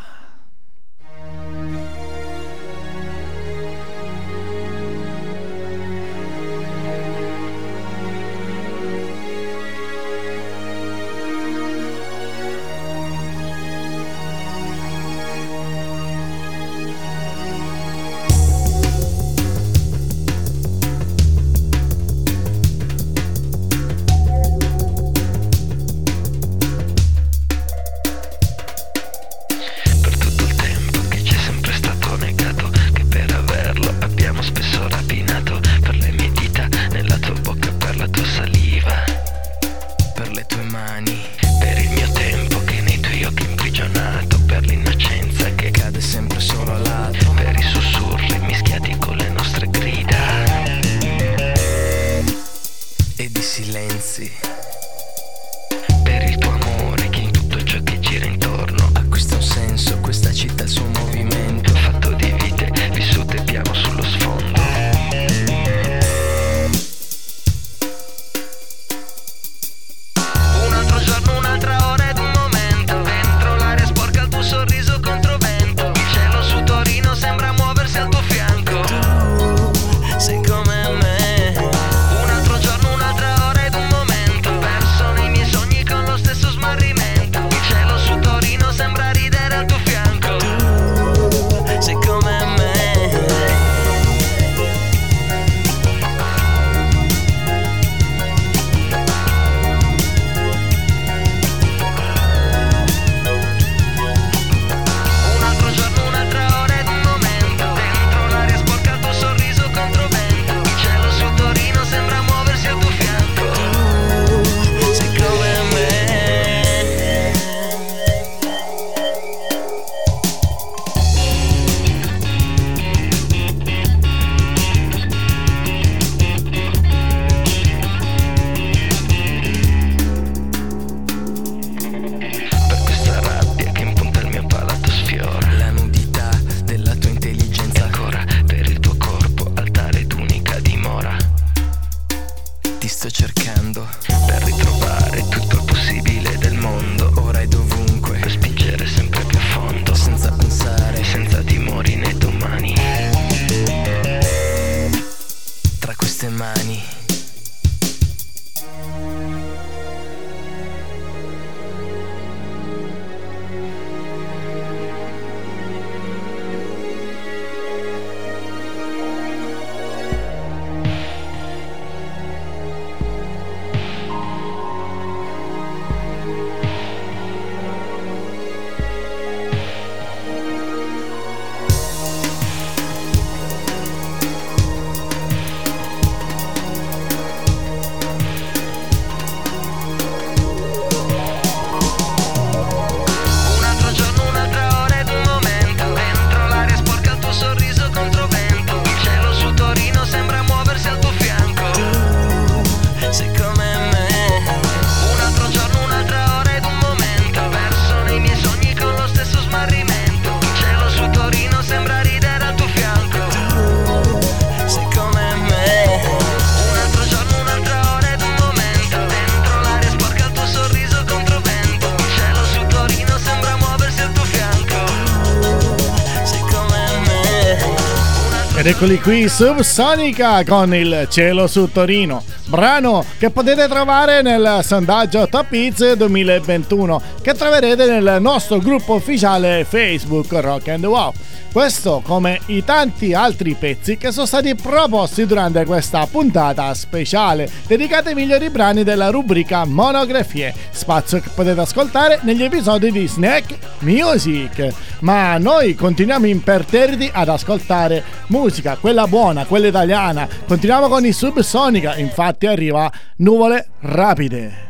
Speaker 3: Ed eccoli qui, Subsonica con Il cielo su Torino, brano che potete trovare nel sondaggio Top Hits duemilaventuno che troverete nel nostro gruppo ufficiale Facebook Rock and Wow. Questo come i tanti altri pezzi che sono stati proposti durante questa puntata speciale dedicata ai migliori brani della rubrica Monografie, spazio che potete ascoltare negli episodi di Snack Music. Ma noi continuiamo imperterriti ad ascoltare musica, quella buona, quella italiana. Continuiamo con i Subsonica, infatti arriva Nuvole Rapide.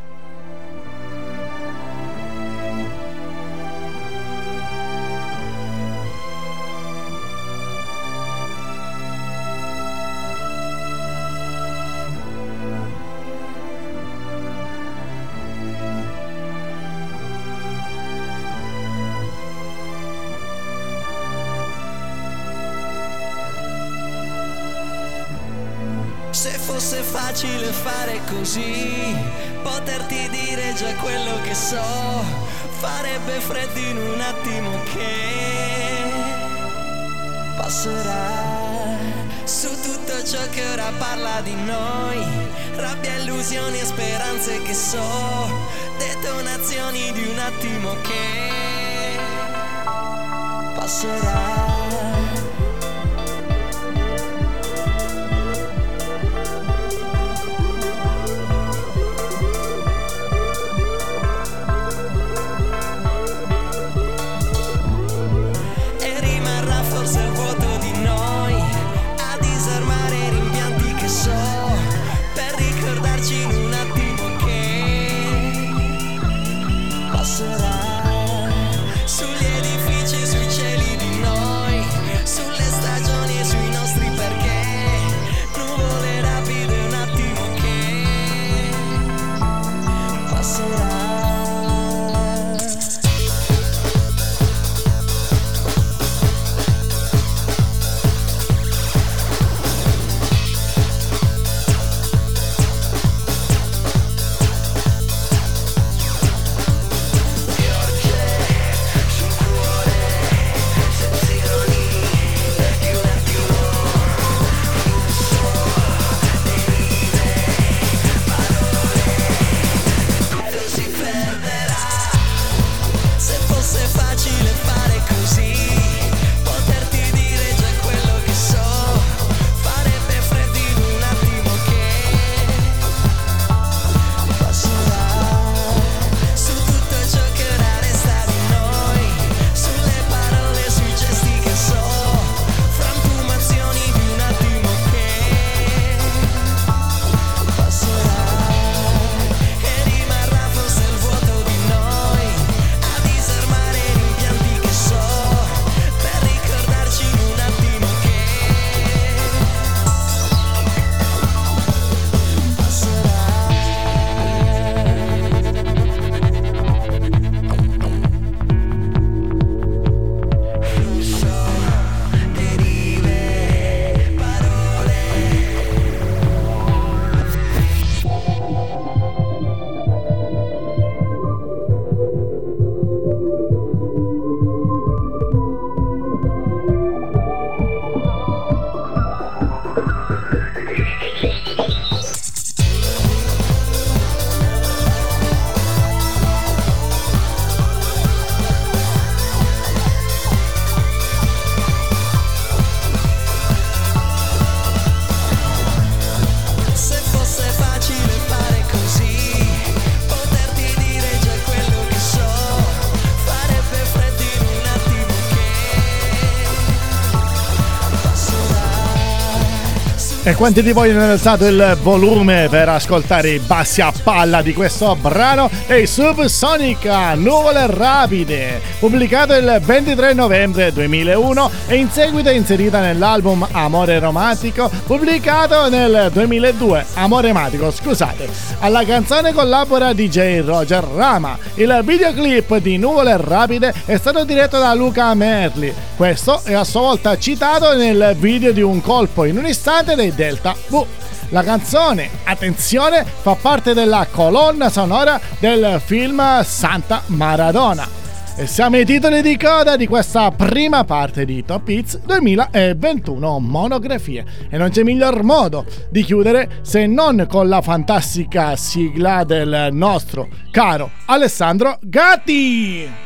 Speaker 5: fosse facile fare così, poterti dire già quello che so, farebbe freddo in un attimo che passerà. Su tutto ciò che ora parla di noi, rabbia, illusioni e speranze che so, detonazioni di un attimo che passerà. Sugli edifici, sui cieli di noi, sulle stagioni e sui nostri perché, nuvole rapide un attimo che passerà.
Speaker 3: E quanti di voi hanno alzato il volume per ascoltare i bassi a palla di questo brano? E Subsonica, Nuvole Rapide, pubblicato il ventitré novembre duemilauno e in seguito inserita nell'album Amore Romantico, pubblicato nel duemiladue. Amore Matico, scusate. Alla canzone collabora D J Roger Rama. Il videoclip di Nuvole Rapide è stato diretto da Luca Merli. Questo è a sua volta citato nel video di Un colpo in un istante dei Delta V. La canzone, attenzione, fa parte della colonna sonora del film Santa Maradona. E siamo ai titoli di coda di questa prima parte di Top Hits duemilaventuno Monografie. E non c'è miglior modo di chiudere se non con la fantastica sigla del nostro caro Alessandro Gatti.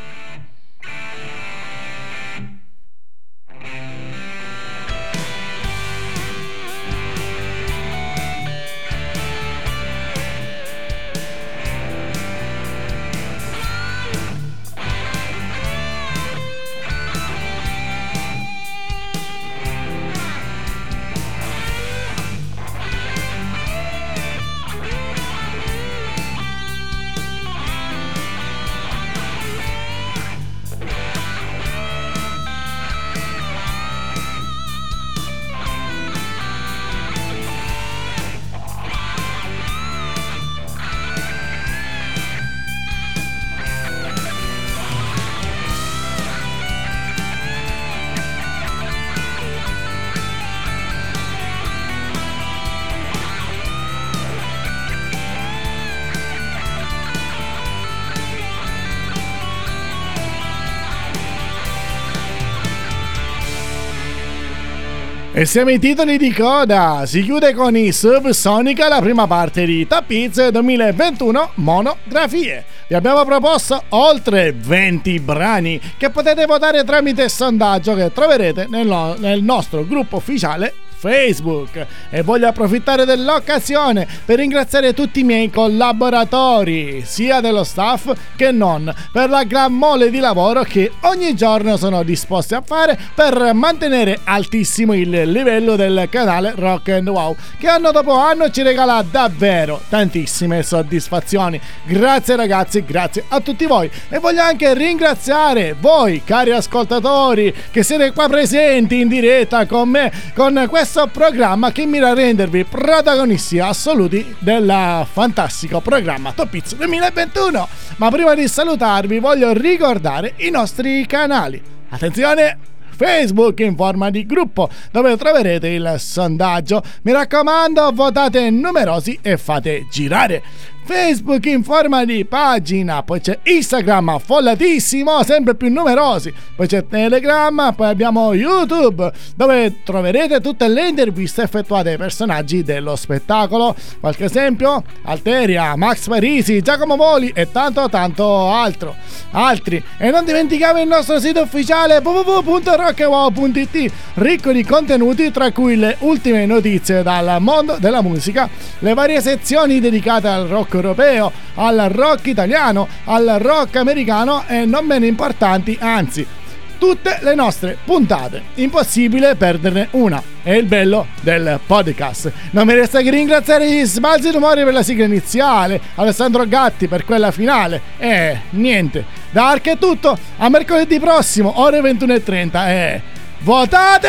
Speaker 3: E siamo ai titoli di coda. Si chiude con i Subsonica la prima parte di Tapiz duemilaventuno Monografie. Vi abbiamo proposto oltre venti brani che potete votare tramite sondaggio che troverete nel, no- nel nostro gruppo ufficiale Facebook. E voglio approfittare dell'occasione per ringraziare tutti i miei collaboratori, sia dello staff che non, per la gran mole di lavoro che ogni giorno sono disposti a fare per mantenere altissimo il livello del canale Rock and Wow, che anno dopo anno ci regala davvero tantissime soddisfazioni. Grazie ragazzi, grazie a tutti voi. E voglio anche ringraziare voi cari ascoltatori che siete qua presenti in diretta con me con questo questo programma che mira a rendervi protagonisti assoluti del fantastico programma Tapiz duemilaventuno. Ma prima di salutarvi voglio ricordare i nostri canali. Attenzione! Facebook in forma di gruppo dove troverete il sondaggio. Mi raccomando, votate numerosi e fate girare. Facebook in forma di pagina, poi c'è Instagram affollatissimo, sempre più numerosi, poi c'è Telegram, poi abbiamo YouTube dove troverete tutte le interviste effettuate ai personaggi dello spettacolo. Qualche esempio: Alteria, Max Parisi, Giacomo Voli e tanto tanto altro altri. E non dimenticate il nostro sito ufficiale w w w punto rock and wow punto i t, ricco di contenuti tra cui le ultime notizie dal mondo della musica, le varie sezioni dedicate al rock europeo, al rock italiano, al rock americano e non meno importanti, anzi tutte le nostre puntate, impossibile perderne una. È il bello del podcast. Non mi resta che ringraziare gli Sbalzi Rumori per la sigla iniziale, Alessandro Gatti per quella finale e niente, da Arca è tutto. A mercoledì prossimo ore ventuno e trenta e votate!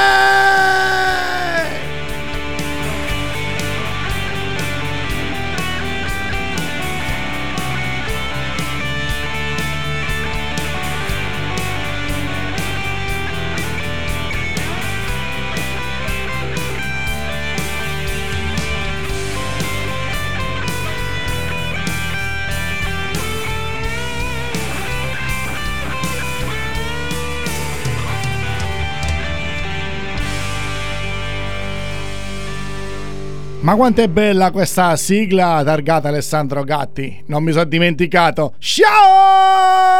Speaker 3: Ma quanto è bella questa sigla targata Alessandro Gatti, non mi sono dimenticato. Ciao!